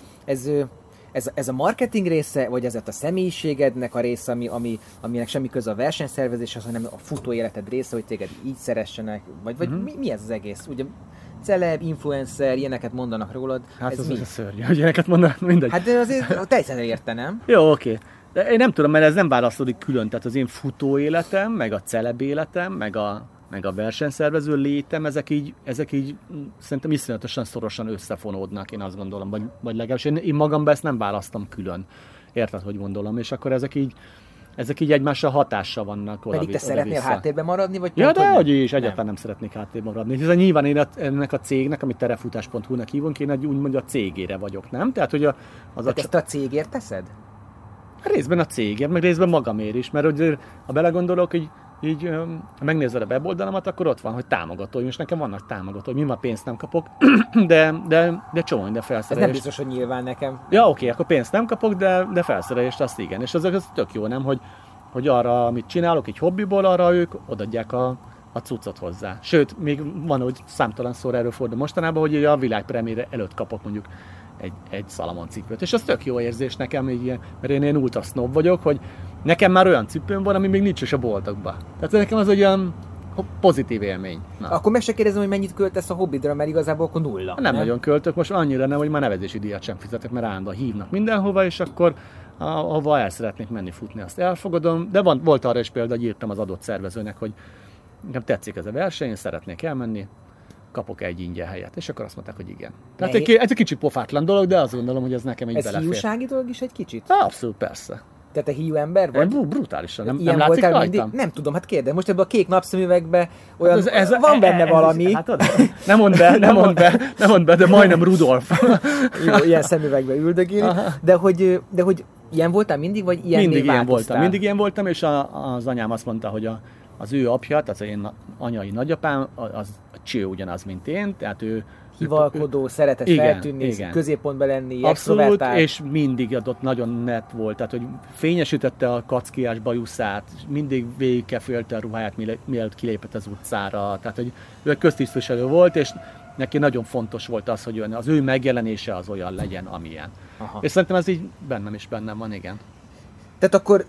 ez a marketing része, vagy ez a személyiségednek a része, aminek semmi köze a versenyszervezéshez, hanem a futó életed része, hogy téged így szeressenek, vagy mi ez az egész? Ugye celeb, influencer, ilyeneket mondanak rólad. Hát ez a szörnyű, hogy ilyeneket mondanak, mindegy. Hát de azért teljesen érte, nem? Jó, oké. De én nem tudom, mert ez nem választódik külön. Tehát az én futó életem, meg a celeb életem, meg a versenyszervező létem, ezek így szerintem iszonyatosan szorosan összefonódnak, én azt gondolom. Vagy legalábbis én magamban ezt nem választom külön. Érted, hogy gondolom? És akkor ezek így egymással hatással vannak. Pedig te szeretnél háttérben maradni? Vagy ja, de hogy is, egyáltalán nem szeretnék háttérben maradni. Hiszen nyilván én ennek a cégnek, amit terefutás.hu-nak hívunk, én úgymond a cégére vagyok, nem? Tehát, hogy ezt a cégért teszed? Részben a cégért, meg részben magamért is, mert hogy, ha belegondolok, hogy így ha megnézed a weboldalamat, akkor ott van, hogy támogatóim, és nekem vannak támogatóim, nyilván pénzt nem kapok, de csomó minden felszerelést. Ez nem biztos, hogy nyilván nekem. Ja, oké, akkor pénzt nem kapok, de felszerelést azt igen, és az tök jó, nem, hogy arra, amit csinálok, egy hobbiból, arra ők odaadják a cuccot hozzá. Sőt, még van, hogy számtalanszor erről fordul mostanában, hogy a világpremiére előtt kapok mondjuk egy Salomon cipőt. És az tök jó érzés nekem, így, mert én ultra snob vagyok, hogy nekem már olyan cipőm van, ami még nincs is a boltokban. Tehát nekem az olyan pozitív élmény. Na. Akkor meg se kérdezem, hogy mennyit költesz a hobbidra, mert igazából akkor nulla. Nem nagyon költök, most annyira nem, hogy már nevezési díjat sem fizetek, mert állandóan hívnak mindenhova, és akkor ahova el szeretnék menni futni, azt elfogadom. De volt arra is példa, hogy írtam az adott szervezőnek, hogy nekem tetszik ez a verseny, én szeretnék elmenni, kapok egy ingyen helyet. És akkor azt mondták, hogy igen. Tehát ez egy kicsit pofátlan dolog, de azt gondolom, hogy ez nekem így belefér. Ez hiúsági dolog is egy kicsit? Abszolút, persze. Te hiú ember vagy? Brutálisan. Nem látszik rajtam? Nem tudom, hát kérdez. Most ebben a kék napszemüvegben olyan, van benne valami. Nem mondd be, de majdnem Rudolf. Jó, ilyen szemüvegben üldögél. De hogy ilyen voltál mindig, vagy mindig ilyen voltam, és az anyám azt mondta, hogy az ő apja, tehát az én anyai nagyapám, az cső ugyanaz, mint én, tehát ő hivalkodó, szeretett feltűnni, középpontban lenni, extrovertált. És mindig adott nagyon net volt, tehát hogy fényesítette a kackiás bajuszát, mindig végigkefélte a ruháját, mielőtt kilépett az utcára, tehát hogy ő köztisztviselő volt, és neki nagyon fontos volt az, hogy az ő megjelenése az olyan legyen, amilyen. Aha. És szerintem ez így bennem van, igen. Tehát akkor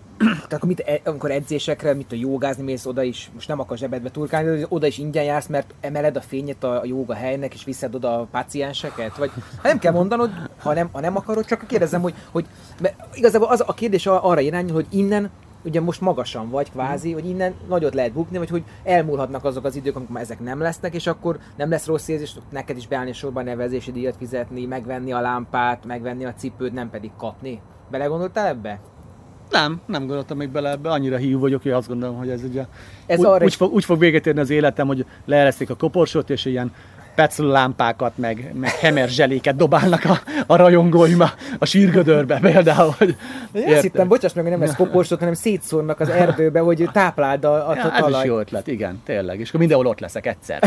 amikor edzésekre, a jogázni mész, oda is, most nem akar zsebedbe turkálni, de oda is ingyen jársz, mert emeled a fényet a jóga helynek, és viszed oda a pácienseket? Vagy nem kell mondanod, ha nem akarod, csak kérdezem, hogy igazából az a kérdés arra irányul, hogy innen, ugye most magasan vagy kvázi, hogy innen nagyot lehet bukni, vagy hogy elmúlhatnak azok az idők, amikor már ezek nem lesznek, és akkor nem lesz rossz érzés, neked is beállni sorban nevezési díjat fizetni, megvenni a lámpát, megvenni a cipőt, nem pedig kapni. Belegondoltál ebbe? Nem gondoltam még bele ebbe, annyira hiú vagyok, hogy azt gondolom, hogy ez ugye úgy fog véget érni az életem, hogy leeresztik a koporsót, és ilyen Petzl lámpákat, meg Hemer zseléket dobálnak a rajongóim a sírgödörbe például. Hogy azt hittem, bocsáss meg, hogy nem lesz koporsót, hanem szétszórnak az erdőbe, hogy tápláld a talaj. Ez is jó ötlet, igen, tényleg. És akkor mindenhol ott leszek egyszer.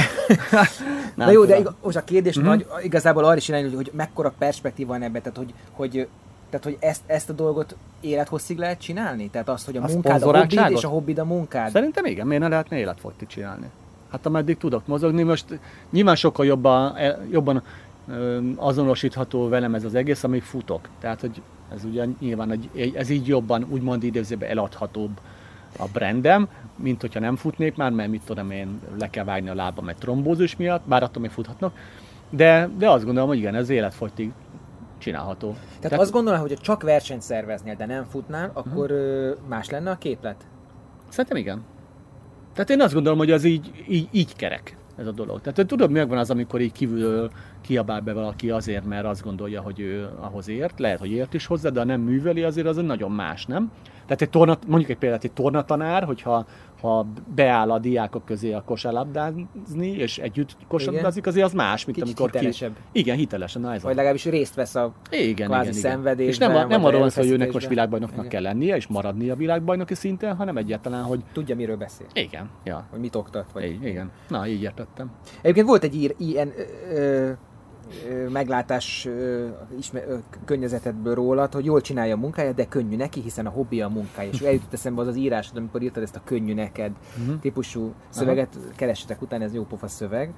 Na jó, de most a kérdés nagy, igazából arra is irányul, hogy mekkora perspektíva van ebben, tehát hogy Tehát, hogy ezt a dolgot élethosszig lehet csinálni? Tehát azt, hogy a A munkád a hobbid, és a hobbid a munkád? Szerintem igen, miért ne lehetne életfogytig csinálni? Hát ameddig tudok mozogni, most nyilván sokkal jobban azonosítható velem ez az egész, amíg futok. Tehát, hogy ez ugye nyilván ez így jobban, úgymond idézőben eladhatóbb a brandem, mint hogyha nem futnék már, mert mit tudom én, le kell vágni a lábam egy trombózus miatt, bár attól még futhatnak. De azt gondolom, hogy igen, ez életfogytig csinálható. Tehát azt gondolom, hogy ha csak versenyt szerveznél, de nem futnál, akkor más lenne a képlet? Szerintem igen. Tehát én azt gondolom, hogy az így kerek ez a dolog. Tehát tudod, megvan az, amikor így kívülről kiabál be valaki azért, mert azt gondolja, hogy ő ahhoz ért. Lehet, hogy ért is hozzá, de ha nem műveli, azért az nagyon más, nem? Tehát mondjuk egy tornatanár, hogyha beáll a diákok közé a kosárlabdázni, és együtt kosárlabdázik, azért az más, mint kicsit amikor hitelesebb. Igen, hitelesen. Na, ez vagy legalábbis részt vesz a kvázi szenvedésben. És nem arról van szó, hogy őnek most világbajnoknak kell lennie, és maradnia a világbajnoki szinten, hanem egyáltalán, hogy... Tudja, miről beszél. Igen, ja. Hogy mit oktat. Vagy... Igen. Na, így értettem. Egyébként volt egy ilyen meglátás környezetedből rólad, hogy jól csinálja a munkáját, de könnyű neki, hiszen a hobbi a munkája. És eljutott eszembe az írásod, amikor írtad ezt a könnyű neked típusú szöveget, keressetek utána, ez jó pofa szöveg.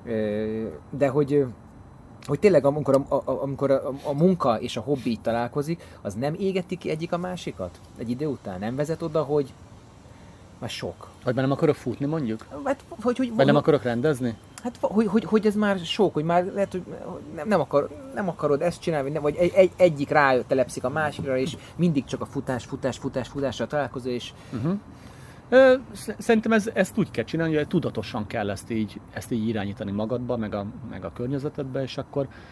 De hogy tényleg amikor a munka és a hobbi így találkozik, az nem égeti ki egyik a másikat? Egy idő után nem vezet oda, hogy már sok. Vagy nem akarok futni, mondjuk? Hát, vagy nem akarok rendezni? Hát, hogy ez már sok, hogy már lehet, hogy nem akarod ezt csinálni, vagy egyik telepszik a másikra, és mindig csak a futással találkozol, és... Szerintem ezt úgy kell csinálni, hogy tudatosan kell ezt így irányítani magadba, meg a környezetedbe, és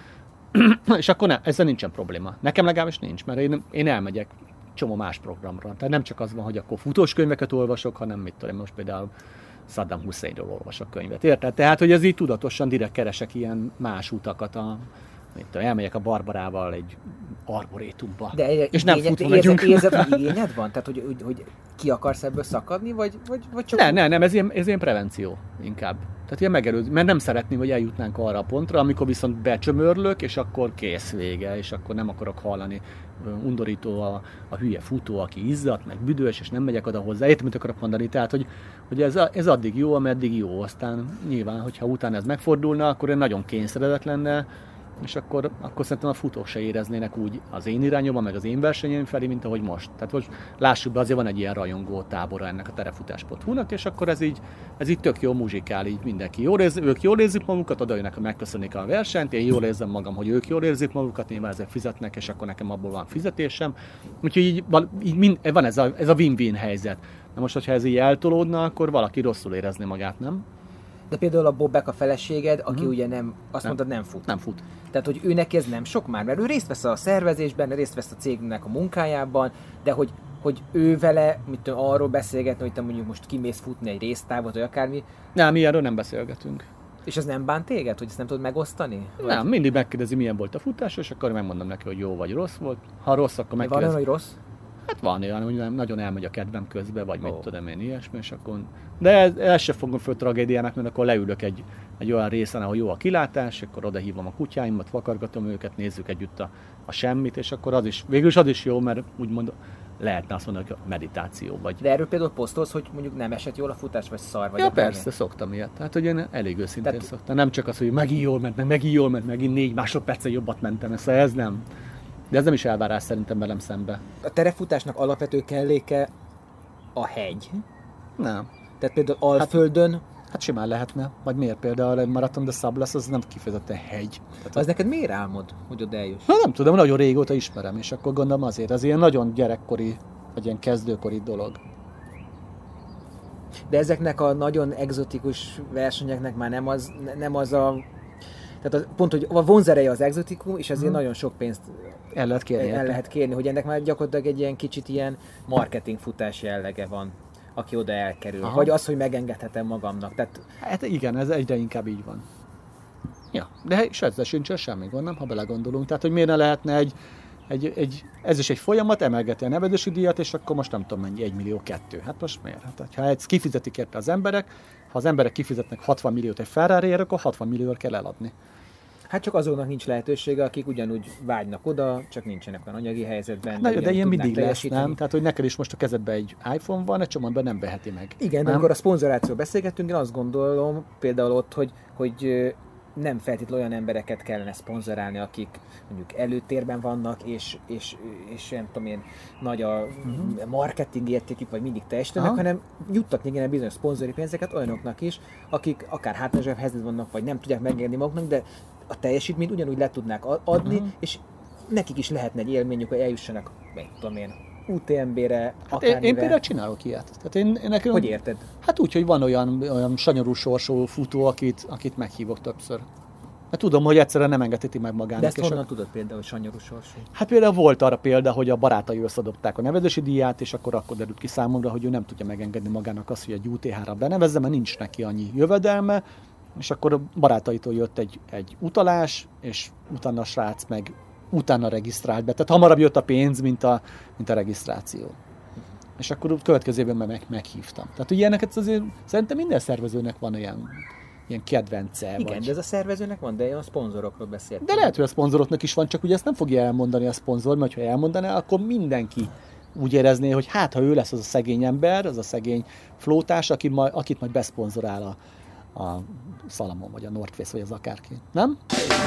akkor ezzel nincsen probléma. Nekem legalábbis nincs, mert én elmegyek csomó más programra. Tehát nem csak az van, hogy akkor futós könyveket olvasok, hanem mit tudom, most például Saddam Husseinról olvasok könyvet. Érted? Tehát, hogy ez így tudatosan direkt keresek ilyen más utakat, elmegyek a Barbarával egy arborétumba. És nem futva megyünk. Érzed, hogy igényed van? Tehát, hogy ki akarsz ebből szakadni, vagy csak... Nem, ez ilyen prevenció inkább. Tehát ilyen megelőző, mert nem szeretném, hogy eljutnánk arra a pontra, amikor viszont becsömörlök, és akkor kész vége, és akkor nem akarok hallani undorító a hülye futó, aki izzadt, meg büdös, és nem megyek oda hozzá. Értem, mit akarok mondani. Tehát, hogy ez addig jó, ameddig jó. Aztán nyilván, hogyha utána ez megfordulna, akkor én nagyon kényszeredett lenne, és akkor szerintem a futók se éreznének úgy az én irányomban, meg az én versenyem felé, mint ahogy most. Tehát most lássuk be, azért van egy ilyen rajongó tábora ennek a terefutás.hu-nak, és akkor ez így tök jó muzsikál, így mindenki ők jól érzik magukat, oda jönnek, megköszönik a versenyt, én jól érzem magam, hogy ők jól érzik magukat, nyilván ezek fizetnek, és akkor nekem abból van fizetésem. Úgyhogy így van ez a win-win helyzet. Na most, hogyha ez így eltolódna, akkor valaki rosszul érezné magát, nem? De például a Bobek, a feleséged, aki ugye mondtad, nem fut. Nem fut. Tehát, hogy ő neki ez nem sok már, mert ő részt vesz a szervezésben, részt vesz a cégnek a munkájában, de hogy ő vele, arról beszélgetni, hogy te mondjuk most kimész futni egy résztávot, vagy akármi. Nem, mi erről nem beszélgetünk. És az nem bánt téged, hogy ezt nem tudod megosztani? Nem, mindig megkérdezi, milyen volt a futás, és akkor megmondom neki, hogy jó vagy rossz volt. Ha rossz, akkor megkérdezi. Van olyan, hogy rossz? Hát van olyan, hogy nagyon elmegy a kedvem közbe, vagy mit tudom én, ilyesmi, és akkor... De ez se fogom föl tragédiának, mert akkor leülök egy olyan részen, ahol jó a kilátás, akkor oda hívom a kutyáimat, vakargatom őket, nézzük együtt a semmit, és akkor végül is az is jó, mert úgymond lehetne azt mondani, hogy meditáció vagy. De erről például posztolsz, hogy mondjuk nem esett jól a futás, vagy szar vagy? Ja, persze, szoktam ilyet. Hát, hogy én elég őszintén szoktam. Nem csak az, hogy megint jól ment, megint 4 másodperccel jobbat mentem, szóval ez nem. De ez nem is elvárás szerintem velem szembe. A terefutásnak alapvető kelléke a hegy. Nem. Tehát például Alföldön... Hát simán lehetne. Vagy miért például a Marathon de Sables, az nem kifejezetten hegy. Tehát az neked miért álmod, hogy oda eljuss? Nem tudom, nagyon régóta ismerem, és akkor gondolom azért. Az ilyen nagyon gyerekkori, vagy ilyen kezdőkori dolog. De ezeknek a nagyon egzotikus versenyeknek már nem az a... Tehát pont, hogy a vonzereje az egzotikum, és ezért nagyon sok pénzt el lehet kérni. Hogy ennek már gyakorlatilag egy ilyen kicsit ilyen marketingfutás jellege van, aki oda elkerül. Aha. Vagy az, hogy megengedhetem magamnak. Tehát... Hát igen, ez egyre inkább így van. Ja, de és ezzel sincsen semmi gond, nem, ha belegondolunk. Tehát, hogy miért ne lehetne ez is egy folyamat, emelgeti a nevedési díjat, és akkor most nem tudom mennyi, 1,2 millió. Hát most miért? Hát, ha ezt kifizetik érte az emberek, ha az emberek kifizetnek 60 milliót egy Ferrariért, akkor 60 milliót kell eladni. Hát csak azoknak nincs lehetősége, akik ugyanúgy vágynak oda, csak nincsenek olyan anyagi helyzetben. Na, de ilyen mindig lesz, nem? Tehát, hogy neked is most a kezedben egy iPhone van, egy csomagban nem veheti meg. Igen, de amikor a szponzorációról beszélgettünk, én azt gondolom például ott, hogy nem feltétlenül olyan embereket kellene szponzorálni, akik mondjuk előtérben vannak, és nem tudom én, nagy a marketing értékük, vagy mindig teljesítenek, hanem juttatni igen bizonyos szponzori pénzeket olyanoknak is, akik akár hátrányosabb helyzetben vannak, vagy nem tudják megengedni maguknak, de a teljesítményt ugyanúgy le tudnák adni, és nekik is lehetne egy élményük, hogy eljussanak, meg tudom én, UTMB-re, akármivel. Én például csinálok ilyet. Tehát nekem, hogy érted? Hát úgy, hogy van olyan sanyarú sorsú futó, akit meghívok többször. Mert tudom, hogy egyszerűen nem engedheti meg magának. De ezt honnan tudod például, hogy sanyarú sorsú? Hát például volt arra példa, hogy a barátai összadobták a nevezési díját, és akkor derült ki számomra, hogy ő nem tudja megengedni magának azt, hogy egy UTH-ra benevezze, mert nincs neki annyi jövedelme, és akkor a barátaitól jött egy utalás, és utána a srác meg utána regisztrált be. Tehát hamarabb jött a pénz, mint a regisztráció. És akkor következő évben meghívtam. Tehát ugye ilyeneket azért szerintem minden szervezőnek van ilyen kedvence. Igen, vagy... de ez a szervezőnek van, de a szponzorokról beszélt. De lehet, hogy a szponzoroknak is van, csak ugye ezt nem fogja elmondani a szponzor, mert ha elmondaná, akkor mindenki úgy érezné, hogy hát, ha ő lesz az a szegény ember, az a szegény flótás, akit majd beszponzorál a Salamon, vagy a North Face, vagy az akárki. Nem?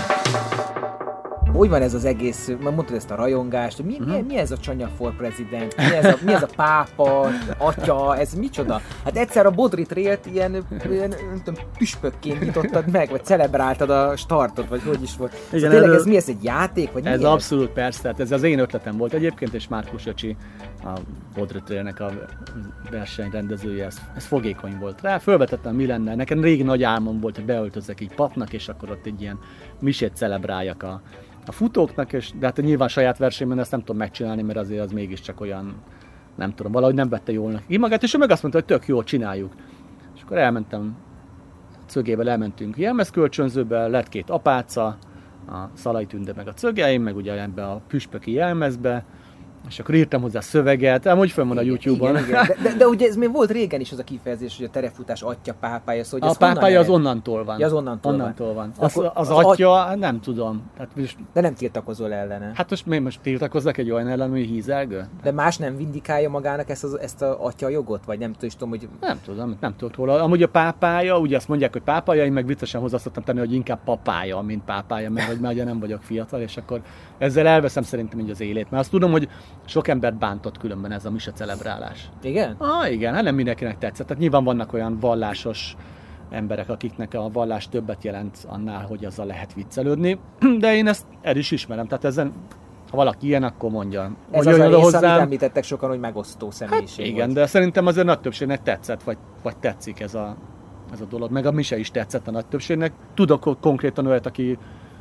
Hogy van ez az egész, mondtad ezt a rajongást, mi ez a Csanya for President, mi ez a pápa, atya, ez micsoda? Hát egyszer a Bodri Trailt ilyen nem tudom, püspökként nyitottad meg, vagy celebráltad a startot, vagy hogy is volt. Igen, szóval tényleg ez egy játék, vagy mi ez? Abszolút persze, tehát ez az én ötletem volt egyébként, és Márkus Öcsi, a Bodri Trailnek a versenyrendezője, ez fogékony volt rá. Fölvetettem, mi lenne. Nekem régi nagy álmom volt, hogy beöltözzek így papnak, és akkor ott egy ilyen misét celebráljak a futóknak, de hát nyilván saját versenyben ezt nem tudom megcsinálni, mert azért az mégiscsak olyan, nem tudom, valahogy nem vette jól neki magát, és ő meg azt mondta, hogy tök jó, csináljuk. És akkor Cögével elmentünk jelmezkölcsönzőbe, lett 2 apáca, a Szalai Tünde meg a Cögeim, meg ugye ebbe a püspöki jelmezbe, és akkor írtam hozzá szöveget, amúgy fönn van a YouTube-on. Igen. De ugye ez még volt régen is az a kifejezés, hogy a terefutás atya, pápája, szóval a pápája az onnantól van. Ja, az onnantól van. Az atya, nem tudom. Tehát de nem tiltakozol ellene. Hát most tiltakozzak egy olyan ellen, hogy hízelgő? De más nem vindikálja magának ezt a atya jogot? Vagy nem tudom, hogy... Nem tudok róla. Amúgy a pápája, ugye azt mondják, hogy pápája, én meg viccesen hozzá szoktam tenni, hogy inkább papája, mint pápája, mert hogy már nem vagyok fiatal, és akkor ezzel elveszem szerintem így az élét. Mert azt tudom, hogy sok embert bántott különben ez a mise celebrálás. Igen? Igen, hát nem mindenkinek tetszett. Tehát nyilván vannak olyan vallásos emberek, akiknek a vallás többet jelent annál, hogy azzal lehet viccelődni, de én ezt el is ismerem. Tehát ezen, ha valaki ilyen, akkor mondja. Ez az a rész, amit említettek sokan, hogy megosztó személyiség. Hát igen, volt. De szerintem azért nagy többségnek tetszett, vagy tetszik ez a dolog. Meg a mise is tetszett a nagy többségnek. Tudok konkrétan olyat, aki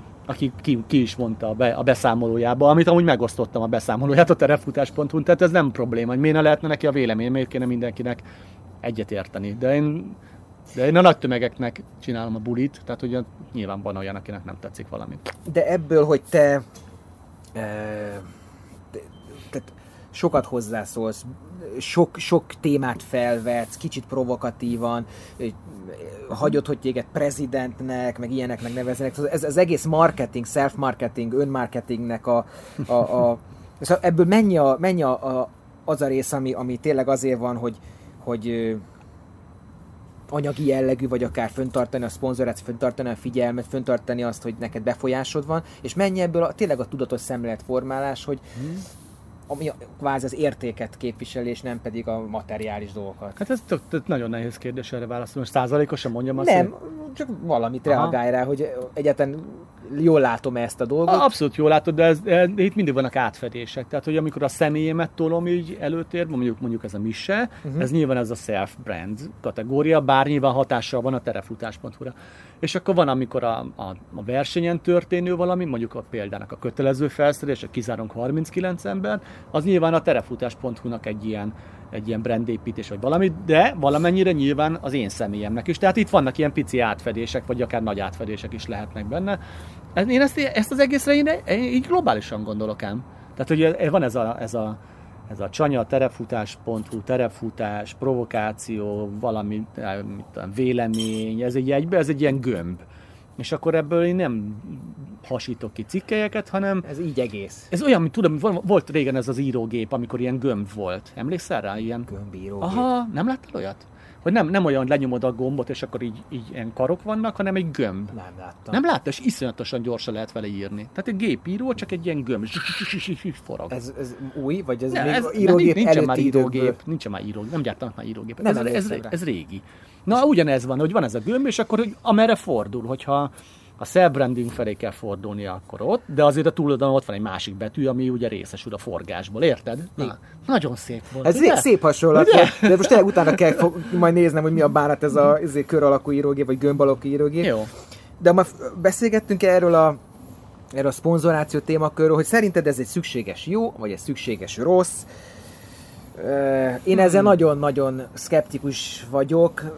ki is mondta a beszámolójába, amit amúgy megosztottam a beszámolóját a terefutás.hu-n, tehát ez nem probléma, hogy miért ne lehetne neki a vélemény, miért kéne mindenkinek egyet érteni. De én a nagy tömegeknek csinálom a bulit, tehát ugye nyilván van olyan, akinek nem tetszik valami. De ebből, hogy te sokat hozzászólsz, sok témát felvetsz, kicsit provokatívan, hagyod, hogy téged prezidentnek, meg ilyeneknek neveznek. Ez az egész marketing, self-marketing, önmarketingnek szóval ebből mennyi az a rész, ami tényleg azért van, hogy anyagi jellegű, vagy akár föntartani a szponzorát, föntartani a figyelmet, föntartani azt, hogy neked befolyásod van, és mennyi ebből tényleg a tudatos szemléletformálás, hogy ami kvázi az értéket képviselés, nem pedig a materiális dolgokat. Hát ez nagyon nehéz kérdés erre válaszolni. Most százalékosan mondjam azt, nem, csak valamit reagálj rá, hogy egyáltalán jól látom ezt a dolgot. Abszolút jól látod, de itt mindig vannak átfedések. Tehát, hogy amikor a személyemet tolom így előtérbe, mondjuk ez a mise, ez nyilván ez a self-brand kategória, bár nyilván hatással van a terefutás.hu-ra. És akkor van, amikor a versenyen történő valami, mondjuk a példának a kötelező felszerelés, kizárunk 39 ember, az nyilván a terefutás.hu-nak egy ilyen brandépítés vagy valami, de valamennyire nyilván az én személyemnek is. Tehát itt vannak ilyen pici átfedések, vagy akár nagy átfedések is lehetnek benne. Én ezt az egészre én így globálisan gondolok ám. Tehát, hogy van ez a csanya, terefutás.hu, terefutás, provokáció, valami vélemény, ez egy ilyen gömb. És akkor ebből én nem hasítok ki cikkelyeket, hanem... Ez így egész. Ez olyan, mint tudom, volt régen ez az írógép, amikor ilyen gömb volt. Emlékszel rá? Ilyen... Gömbírógép. Aha, nem láttál olyat? Hogy nem olyan, hogy lenyomod a gombot, és akkor így ilyen karok vannak, hanem egy gömb. Nem láttam. Nem láttad, és iszonyatosan gyorsan lehet vele írni. Tehát egy gépíró, csak egy ilyen gömb. Forog. Ez új, vagy ez Nem, még ez, írógép nincsen már előtti írógép, időkből? nincsen már írógép, nem gyártanak már írógépet. Nem emlékszem rá. Ez régi. Na, ugyanez van, hogy van ez a gömb, és akkor hogy amerre fordul, hogyha a self-branding felé kell fordulnia, akkor ott, de azért a túloldalon ott van egy másik betű, ami ugye részesül a forgásból, érted? Na, nagyon szép volt. Ez ugye? szép hasonlat, de most tényleg utána kell majd néznem, hogy mi a bánat ez a kör alakú írógép, vagy gömb alakú írógép. Jó. De ma beszélgettünk erről a szponzoráció témakörről, hogy szerinted ez egy szükséges jó, vagy egy szükséges rossz. Én ezzel nagyon-nagyon szkeptikus vagyok.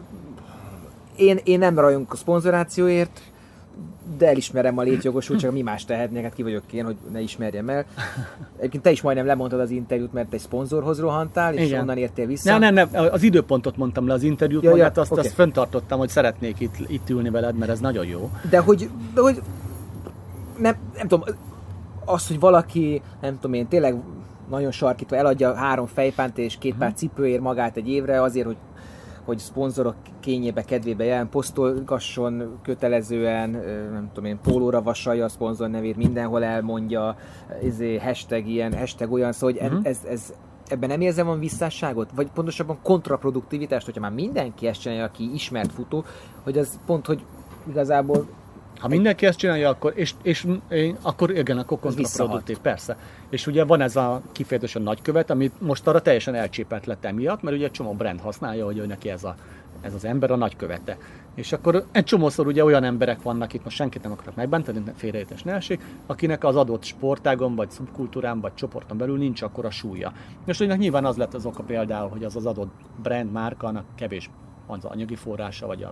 Én nem rajongok a szponzorációért, de elismerem a létjogosultságot, mi más tehetnék, hát ki vagyok én, hogy ne ismerjem el. Egyébként te is majdnem lemondtad az interjút, mert egy szponzorhoz rohantál, és igen. onnan értél vissza. Nem, az időpontot mondtam le az interjút, magát azt fenntartottam, hogy szeretnék itt ülni veled, mert ez nagyon jó. De hogy nem tudom, az, hogy valaki, nem tudom én, tényleg nagyon sarkítva eladja 3 fejpánt és 2 pár cipőért magát egy évre azért, hogy szponzorok kényébe, kedvébe jelen posztolgasson kötelezően, nem tudom én, pólóra vasalja a szponzor nevét, mindenhol elmondja, hashtag ilyen, hashtag olyan, szóval hogy ebben nem érzem van visszásságot? Vagy pontosabban kontraproduktivitást, hogyha már mindenki ezt csinálja, aki ismert futó, hogy az pont, hogy igazából... Ha mindenki ezt csinálja, akkor, akkor igen, akkor kontraproduktív, persze. És ugye van ez a kifejezetten nagykövet, ami most arra teljesen elcsépelt lett emiatt, mert ugye egy csomó brand használja, hogy neki ez az ember a nagykövete. És akkor egy csomószor ugye olyan emberek vannak, itt most senkit nem akarok megbántani, félreértés ne essék, akinek az adott sportágon, vagy szubkultúrán, vagy csoporton belül nincs akkora súlya. És ugye nyilván az lett az oka például, hogy az adott brand márkának kevés az anyagi forrása, vagy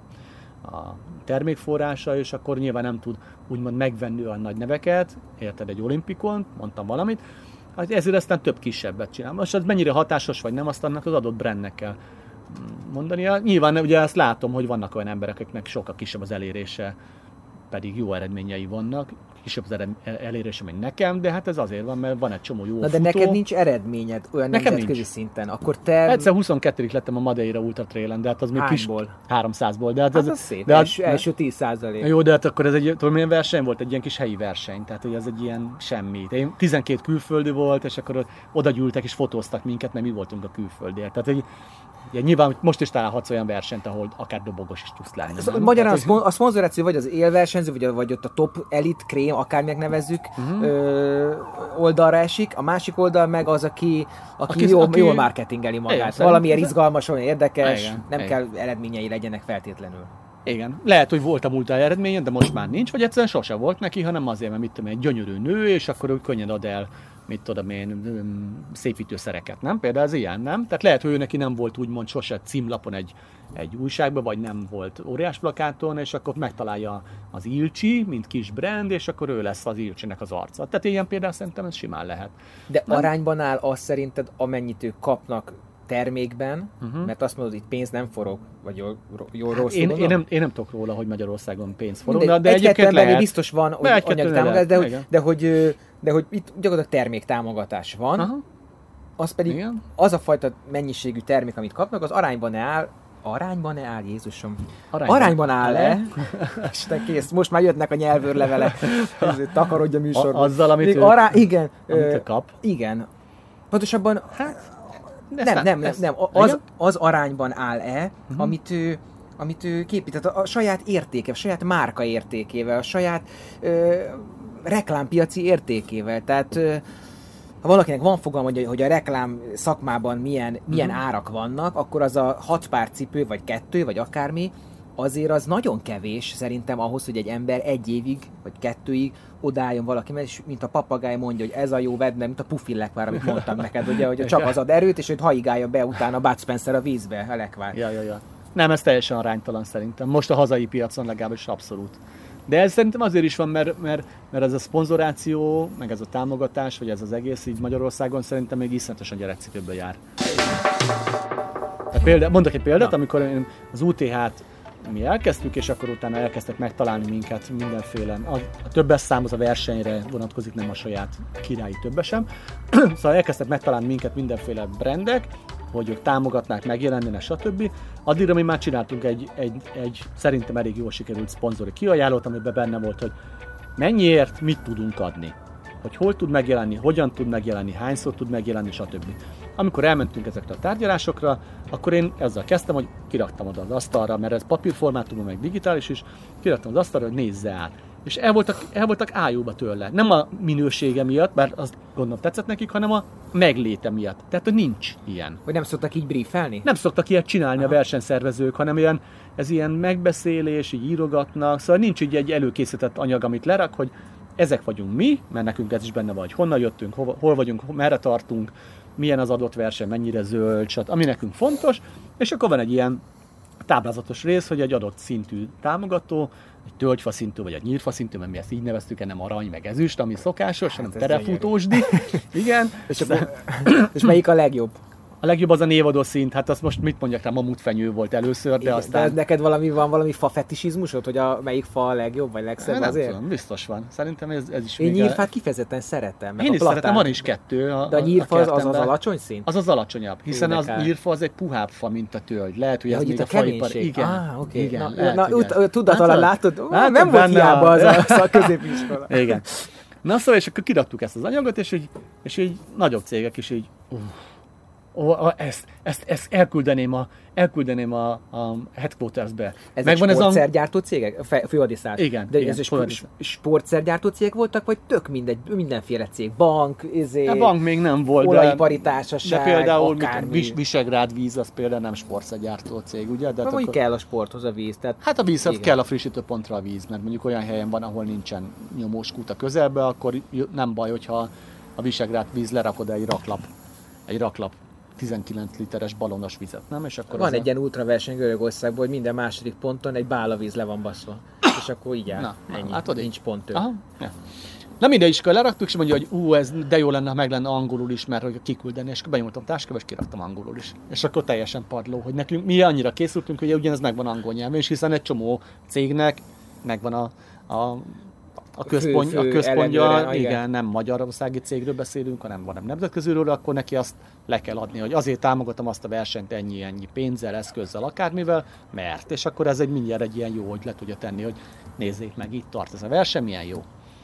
a termékforrása, és akkor nyilván nem tud úgymond megvenni olyan nagy neveket, érted, egy olimpikon, mondtam valamit, ezért aztán több kisebbet csinál. Most ez mennyire hatásos vagy nem, azt annak az adott brandnek kell mondania. Nyilván ugye ezt látom, hogy vannak olyan emberek, akiknek sokkal kisebb az elérése, pedig jó eredményei vannak, kisebb az elérése, mint nekem, de hát ez azért van, mert van egy csomó jó futó. De neked nincs eredményed olyan nemzetközi szinten, akkor te... Egyszer 22. lettem a Madeira Ultra Trailen, de hát az még kis... 300-ból. De hát az szép, de első 10%. Jó, de hát akkor ez egy, milyen verseny volt? Egy ilyen kis helyi verseny, tehát hogy ez egy ilyen semmi. 12 külföldi volt, és akkor oda gyűltek és fotóztak minket, mert mi voltunk a külföldiek. Tehát hogy ja, nyilván most is találhatsz olyan versenyt, ahol akár dobogos is tudsz lenni. Magyarán a szponzoráció vagy az élversenyző, vagy ott a top elit, krém, akárminek nevezzük, oldalra esik, a másik oldal meg az, aki jól marketingeli magát. Valamilyen izgalmas, olyan érdekes, igen, nem kell eredményei legyenek feltétlenül. Igen. Lehet, hogy volt a múlt eredménye, de most már nincs, vagy egyszerűen sose volt neki, hanem azért, mert mit tudom, egy gyönyörű nő, és akkor ő könnyen ad el, mit tudom én, szépítőszereket, nem? Például ez ilyen, nem? Tehát lehet, hogy ő neki nem volt úgymond sose címlapon egy újságban, vagy nem volt óriás plakáton, és akkor megtalálja az Ilcsi, mint kis brand, és akkor ő lesz az Ilcsinek az arca. Tehát ilyen például szerintem ez simán lehet. De nem? Arányban áll az szerinted, amennyit ők kapnak termékben, mert azt mondod, itt pénz nem forog, vagy jól rossz én nem tudok róla, hogy Magyarországon pénz forog, de egyébként lehet. Biztos van anyagi támogatás, de hogy itt gyakorlatilag terméktámogatás van, az pedig igen. Az a fajta mennyiségű termék, amit kapnak, az arányban áll, Jézusom? Arányban áll-e? Isten kész, most már jöttnek a nyelvőrlevelek, takarodj a műsorban. Azzal, amit igen, amit kap. Igen. Pontosabban, nem. Az arányban áll-e, amit ő képít, tehát a saját értéke, a saját márka értékével, a saját reklámpiaci értékével. Tehát ha valakinek van fogalma, hogy a reklám szakmában milyen árak vannak, akkor az a 6 pár cipő, vagy 2, vagy akármi, azért az nagyon kevés szerintem ahhoz, hogy egy ember 1 évig, vagy 2-ig odálljon valaki, és mint a papagáj mondja, hogy ez a jó vedne, mint a Puffin lekvár, amit mondtam neked, ugye, hogy csak az ad erőt, és hogy hajigálja be utána Bud Spencer a vízbe, a lekvár. Ja. Nem, ez teljesen aránytalan szerintem. Most a hazai piacon legalábbis abszolút. De ez szerintem azért is van, mert ez a szponzoráció, meg ez a támogatás, vagy ez az egész így Magyarországon szerintem még iszonyatosan gyerekcipőből jár. Mondok egy példát, amikor én az UTH-t mi elkezdtük, és akkor utána elkezdtek megtalálni minket mindenféle. A többes szám az a versenyre vonatkozik, nem a saját királyi többesem. Szóval elkezdtek megtalálni minket mindenféle brandek, hogy ők támogatnák, megjelennének, stb. Addigra mi már csináltunk egy szerintem elég jól sikerült szponzori kiajánlót, amiben benne volt, hogy mennyiért mit tudunk adni. Hogy hol tud megjelenni, hogyan tud megjelenni, hányszor tud megjelenni, stb. Amikor elmentünk ezekre a tárgyalásokra, akkor én ezzel kezdtem, hogy kiraktam oda az asztalra, mert ez papírformátumban, meg digitális is, kiraktam az asztalra, hogy nézze át. És el voltak ájúba tőle. Nem a minősége miatt, bár azt gondolom tetszett nekik, hanem a megléte miatt. Tehát, hogy nincs ilyen. Vagy nem szoktak így briefelni? Nem szoktak ilyet csinálni a versenyszervezők, hanem ez ilyen megbeszélés, így írogatnak, szóval nincs így egy előkészített anyag, amit lerak, hogy ezek vagyunk mi, mert nekünk ez is benne van, hogy honnan jöttünk, hol vagyunk, merre tartunk, milyen az adott verseny, mennyire zöld, ami nekünk fontos, és akkor van egy ilyen táblázatos rész, hogy egy adott szintű támogató, egy tölgyfa szintű, vagy egy nyírfa szintű, mert mi ezt így neveztük, nem arany, meg ezüst, ami szokásos, hanem terefutósdi. Igen. És melyik a legjobb? A legjobb az a névadó szint, hát azt most mit mondjak rá, mamutfenyő volt először, de aztán... De neked valami fa fetisizmusod, hogy melyik fa a legjobb, vagy legszebb nem azért? Tudom, biztos van. Szerintem ez is én nyírfát kifejezetten szeretem. Én is szeretem, van is kettő. De a nyírfa az alacsony szint? Az az alacsonyabb, hiszen az nyírfa az egy puhább fa, mint a tölgy. Lehet, hogy ez még a faipar... Igen. Igen. Tudatalan látod, nem volt hiába az a középiskola. Igen. Na szóval, és akkor kiraktuk ezt az anyagot, és így nagyobb cégek is így... Ezt elküldeném a headquartersbe. Ezek sportszergyártó cégek? Főadiszás. Igen. De ez sportszergyártó cégek voltak, vagy tök mindegy, mindenféle cég? Bank, A bank még nem volt, olajipari társaság, de például Visegrád víz, az például nem sportszergyártó cég, ugye? De mondjuk kell a sporthoz a víz. Tehát hát a víz, kell a frissítőpontra a víz, mert mondjuk olyan helyen van, ahol nincsen nyomós kút a közelbe, akkor nem baj, hogyha a Visegrád víz lerakod egy raklap 19 literes balonos vizet, nem? És akkor van egy ilyen ultraverseny Görögországban, hogy minden második ponton egy bálavíz le van baszva. És akkor így áll. Ennyi. Hát nincs pont. Ja. Na mindegy, is leraktuk, és mondja, hogy ez de jó lenne, ha meg lenne angolul is, mert hogy kiküldeni, és benyúltam táskába, és kiraktam angolul is. És akkor teljesen padló, hogy nekünk mi annyira készültünk, hogy ugyanez megvan angol nyelven, és hiszen egy csomó cégnek megvan a központja, igen, nem magyarországi cégről beszélünk, hanem nemzetköziről, akkor neki azt le kell adni, hogy azért támogatom azt a versenyt ennyi pénzzel, eszközzel, akármivel, mert, és akkor ez mindjárt egy ilyen jó, hogy le tudja tenni, hogy nézzék meg, itt tart ez a verseny, milyen jó.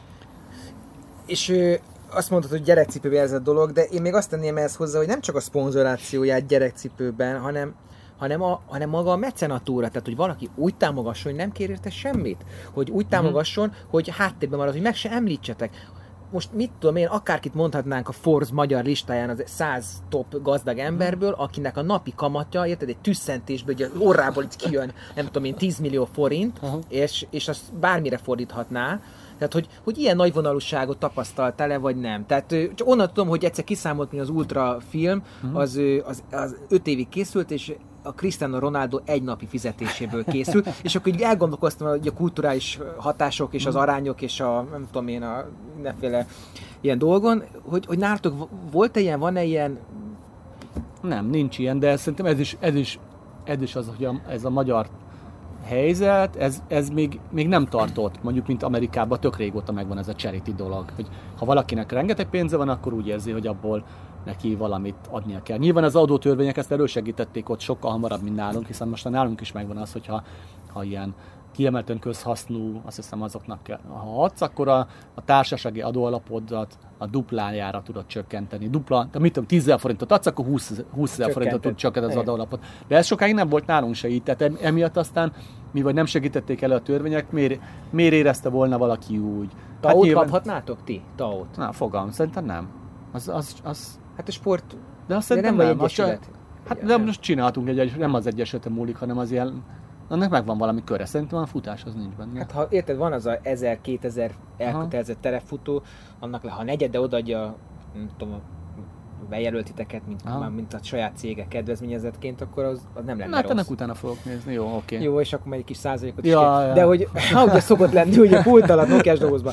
És azt mondtad, hogy gyerekcipőben ez a dolog, de én még azt tenném ehhez hozzá, hogy nem csak a szponzorációját gyerekcipőben, hanem maga a mecenatúra, tehát hogy valaki úgy támogasson, hogy nem kér érte semmit, hogy úgy támogasson, hogy háttérben marad, hogy meg se említsetek. Most mit tudom én, akárkit mondhatnánk a Forbes magyar listáján az 100 top gazdag emberből, akinek a napi kamatja, érted, egy tüsszentésből, hogy az orrából itt kijön, nem tudom én, 10 millió forint, és azt bármire fordíthatná. Tehát, hogy ilyen nagyvonalúságot tapasztaltál-e, vagy nem? Tehát csak onnan tudom, hogy egyszer kiszámolt, hogy az Ultra film, az 5 évig készült, és a Cristiano Ronaldo egy napi fizetéséből készül, és akkor így elgondolkoztam, hogy a kulturális hatások és az arányok és nem tudom én, a mindenféle ilyen dolgon, hogy nálatok volt-e ilyen, van-e ilyen? Nem, nincs ilyen, de szerintem ez is az, hogy ez a magyar helyzet, ez még nem tartott, mondjuk, mint Amerikában tök régóta megvan ez a charity dolog, hogy ha valakinek rengeteg pénze van, akkor úgy érzi, hogy abból neki valamit adnia kell. Nyilván az adótörvények ezt elősegítették ott sokkal hamarabb, mint nálunk, hiszen most nálunk is megvan az, hogyha ilyen kiemelten közhasznú, azt hiszem azoknak kell, ha adsz, akkor a társasági adóalapodat a duplájára tudod csökkenteni. Tehát mit tudom, 10 000 forintot adsz, akkor 20 000 forintot tud csökkenteni az adóalapot. De ez sokáig nem volt nálunk se így, tehát emiatt aztán, mivel nem segítették elő a törvények, miért érezte volna valaki úgy? TAO-t kaphatnátok ti? TAO-t? Na, fogalm, szerintem nem. Hát a sport... De azt szerintem nem. De most csináltunk nem az egyesületen múlik, hanem az ilyen... Annak megvan valami köre, szerintem a futás az nincs benne. Hát ha érted, van az a 1000-2000 elkötelezett terepfutó, annak ha negyede odaadja, nem tudom, bejelöltiteket, mint a saját cége kedvezményezettként, akkor az nem lenne rossz. Ennek utána fogok nézni, jó, oké. Jó, és akkor majd egy kis százalékot is de hogy ugye szokott lenni, ugye pult alatt Nokiás dobozban.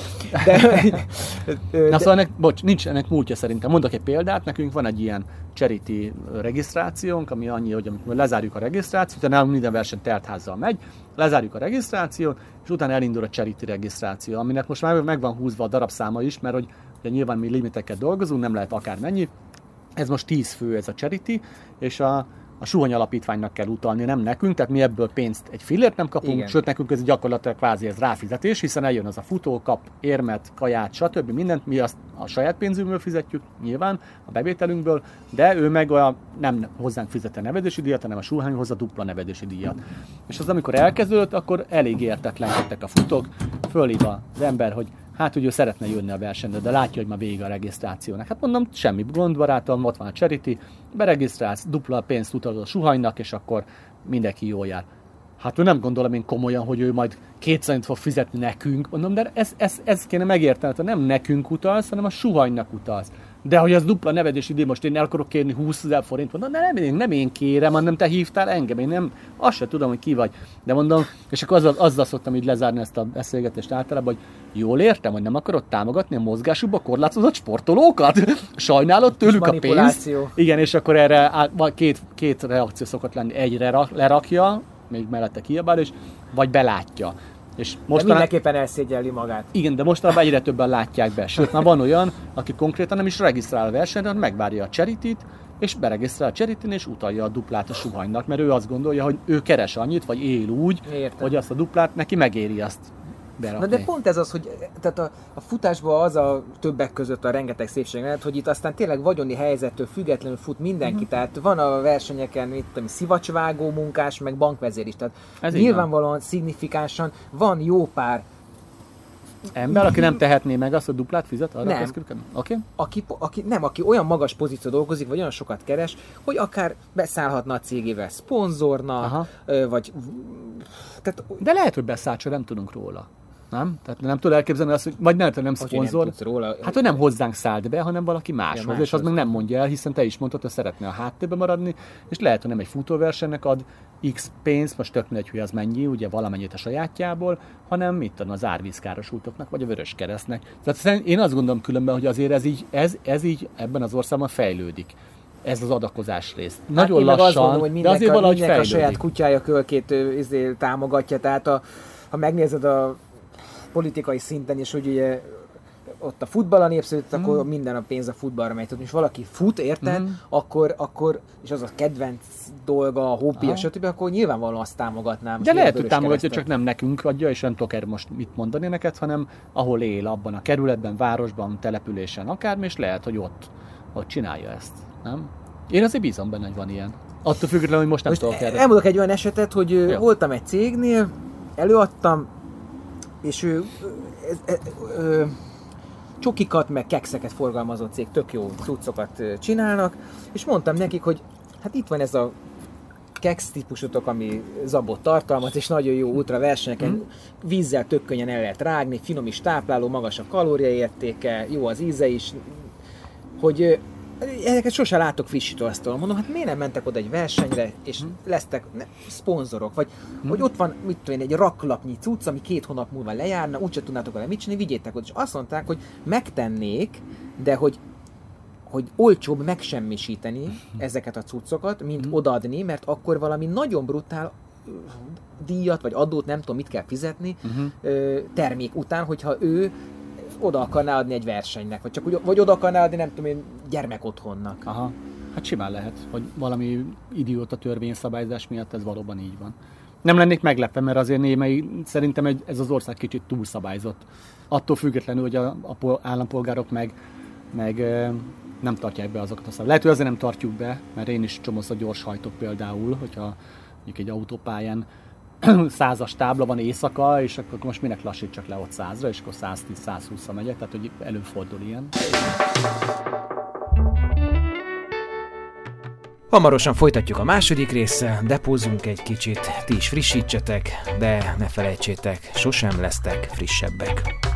Szóval nincs ennek múltja szerintem. Mondok egy példát, nekünk van egy ilyen charity regisztrációnk, ami annyi, hogy amikor lezárjuk a regisztrációt, utána minden verseny teltházzal megy, lezárjuk a regisztrációt, és utána elindul a charity regisztráció, aminek most már meg van húzva a darabszáma is, mert hogy ugye nyilván mi limiteket dolgozunk, nem lehet akármennyi. Ez most 10 fő ez a charity, és a Suhany Alapítványnak kell utalni, nem nekünk, tehát mi ebből pénzt egy fillért nem kapunk, igen. Sőt nekünk ez gyakorlatilag kvázi ez ráfizetés, hiszen eljön az a futó, kap érmet, kaját, stb. Mindent, mi azt a saját pénzünkből fizetjük, nyilván, a bevételünkből, de ő meg nem hozzánk fizet a nevedési díjat, hanem a Suhany hozza dupla nevedési díjat. És az amikor elkezdődött, akkor elég értetlenkedtek a futók, fölhív az ember, hogy hát ugye ő szeretne jönni a versenyre, de látja, hogy már vége a regisztrációnak. Hát mondom, semmi gond, barátom, ott van a charity, beregisztrálsz, dupla pénzt utalod a Suhanynak, és akkor mindenki jól jár. Hát ő nem gondolom én komolyan, hogy ő majd 200 fog fizetni nekünk. Mondom, de ez kéne megérteni, hogy nem nekünk utalsz, hanem a Suhanynak utalsz. De hogy az dupla nevedési díj, most én el akarok kérni 20 000 forint, mondom, de nem én kérem, hanem te hívtál engem, én nem, azt se tudom, hogy ki vagy. De mondom, és akkor azzal szoktam így lezárni ezt a beszélgetést általában, hogy jól értem, hogy nem akarod támogatni a mozgásukba korlátozott sportolókat? Sajnálod tőlük a pénzt? Igen, és akkor erre két reakció szokott lenni. Egyre lerakja, még mellette kiabál, és vagy belátja. És de mindenképpen elszégyelli magát. Igen, de mostanában egyre többen látják be. Sőt, már van olyan, aki konkrétan nem is regisztrál a versenyre, megvárja a charityt, és beregisztrál a charityn, és utalja a duplát a Suhanynak, mert ő azt gondolja, hogy ő keres annyit, vagy él úgy, hogy azt a duplát neki megéri azt berakni. Na de pont ez az, hogy tehát a futásban az a többek között a rengeteg szépség lehet, hogy itt aztán tényleg vagyoni helyzettől függetlenül fut mindenki, tehát van a versenyeken szivacsvágó munkás, meg bankvezér is, tehát ez nyilvánvalóan szignifikánsan van jó pár ember, aki nem tehetné meg azt, hogy duplát fizet? Arra nem. Okay. Aki olyan magas pozíció dolgozik, vagy olyan sokat keres, hogy akár beszállhatna a cégével szponzornak, vagy... Tehát, de lehet, hogy beszáll, csak nem tudunk róla. Nem? Tehát nem tudod elképzelni azt, hogy vagy nem szponzor. Hát, hogy nem hozzánk szállt be, hanem valaki máshoz, és az meg nem mondja el, hiszen te is mondtad, hogy szeretne a háttérbe maradni, és lehet, hogy nem egy futóversenynek ad X pénzt, most tök mindegy, hogy az mennyi, ugye valamennyit a sajátjából, hanem mit tudom, az árvízkárosultoknak, vagy a Vöröskeresztnek. Tehát én azt gondolom különben, hogy azért ez így ebben az országban fejlődik. Ez az adakozás rész. Nagyon lassan, azt mondom, hogy de azért valahogy fejlődik. A saját kutyája kölkét támogatja, tehát ha megnézed a politikai szinten is, hogy ugye ott a futball a népszerűt, akkor minden a pénz a futballra megy. Tehát, és valaki fut, érted, akkor, és az a kedvenc dolga, a hobbija, stb., akkor nyilvánvalóan azt támogatnám. De lehet, hogy támogatja, csak nem nekünk adja, és nem tudok erre most mit mondani neked, hanem ahol él, abban a kerületben, városban, településen, akármi, és lehet, hogy ott csinálja ezt. Nem? Én azért bízom benne, hogy van ilyen. Attól függetlenül, hogy most nem tudok erre. Elmondok egy olyan esetet, hogy voltam egy cégnél, előadtam, és csokikat, meg kekszeket forgalmazó cég, tök jó cuccokat csinálnak, és mondtam nekik, hogy hát itt van ez a keksz típusotok, ami zabot tartalmaz, és nagyon jó ultraversenyeken, vízzel tök könnyen el lehet rágni, finom is tápláló, magas a kalóriaértéke, jó az íze is, hogy ezeket sose látok frissítőasztalon. Mondom, hát miért nem mentek oda egy versenyre, és lesztek szponzorok, vagy hogy ott van, mit tudom én, egy raklapnyi cucc, ami 2 hónap múlva lejárna, úgyse tudnátok vele mit csinálni, vigyétek oda. És azt mondták, hogy megtennék, de hogy olcsóbb megsemmisíteni ezeket a cuccokat, mint odaadni, mert akkor valami nagyon brutál díjat, vagy adót, nem tudom, mit kell fizetni termék után, hogyha ő oda akarná adni egy versenynek, vagy oda akarná adni, nem tudom én, gyermekotthonnak. Aha. Hát simán lehet, hogy valami idióta törvényszabályzás miatt ez valóban így van. Nem lennék meglepve, mert azért szerintem ez az ország kicsit túlszabályzott. Attól függetlenül, hogy a állampolgárok meg nem tartják be azokat a szabályokat. Lehet, hogy azért nem tartjuk be, mert én is csomószor gyors hajtok például, hogyha mondjuk egy autópályán 100-as tábla van éjszaka, és akkor most minek lassítsak le ott 100-ra, és akkor 110-120-ra megyek, tehát hogy előfordul ilyen. Hamarosan folytatjuk a második résszel, depózunk egy kicsit, ti is frissítsetek, de ne felejtsétek, sosem lesztek frissebbek.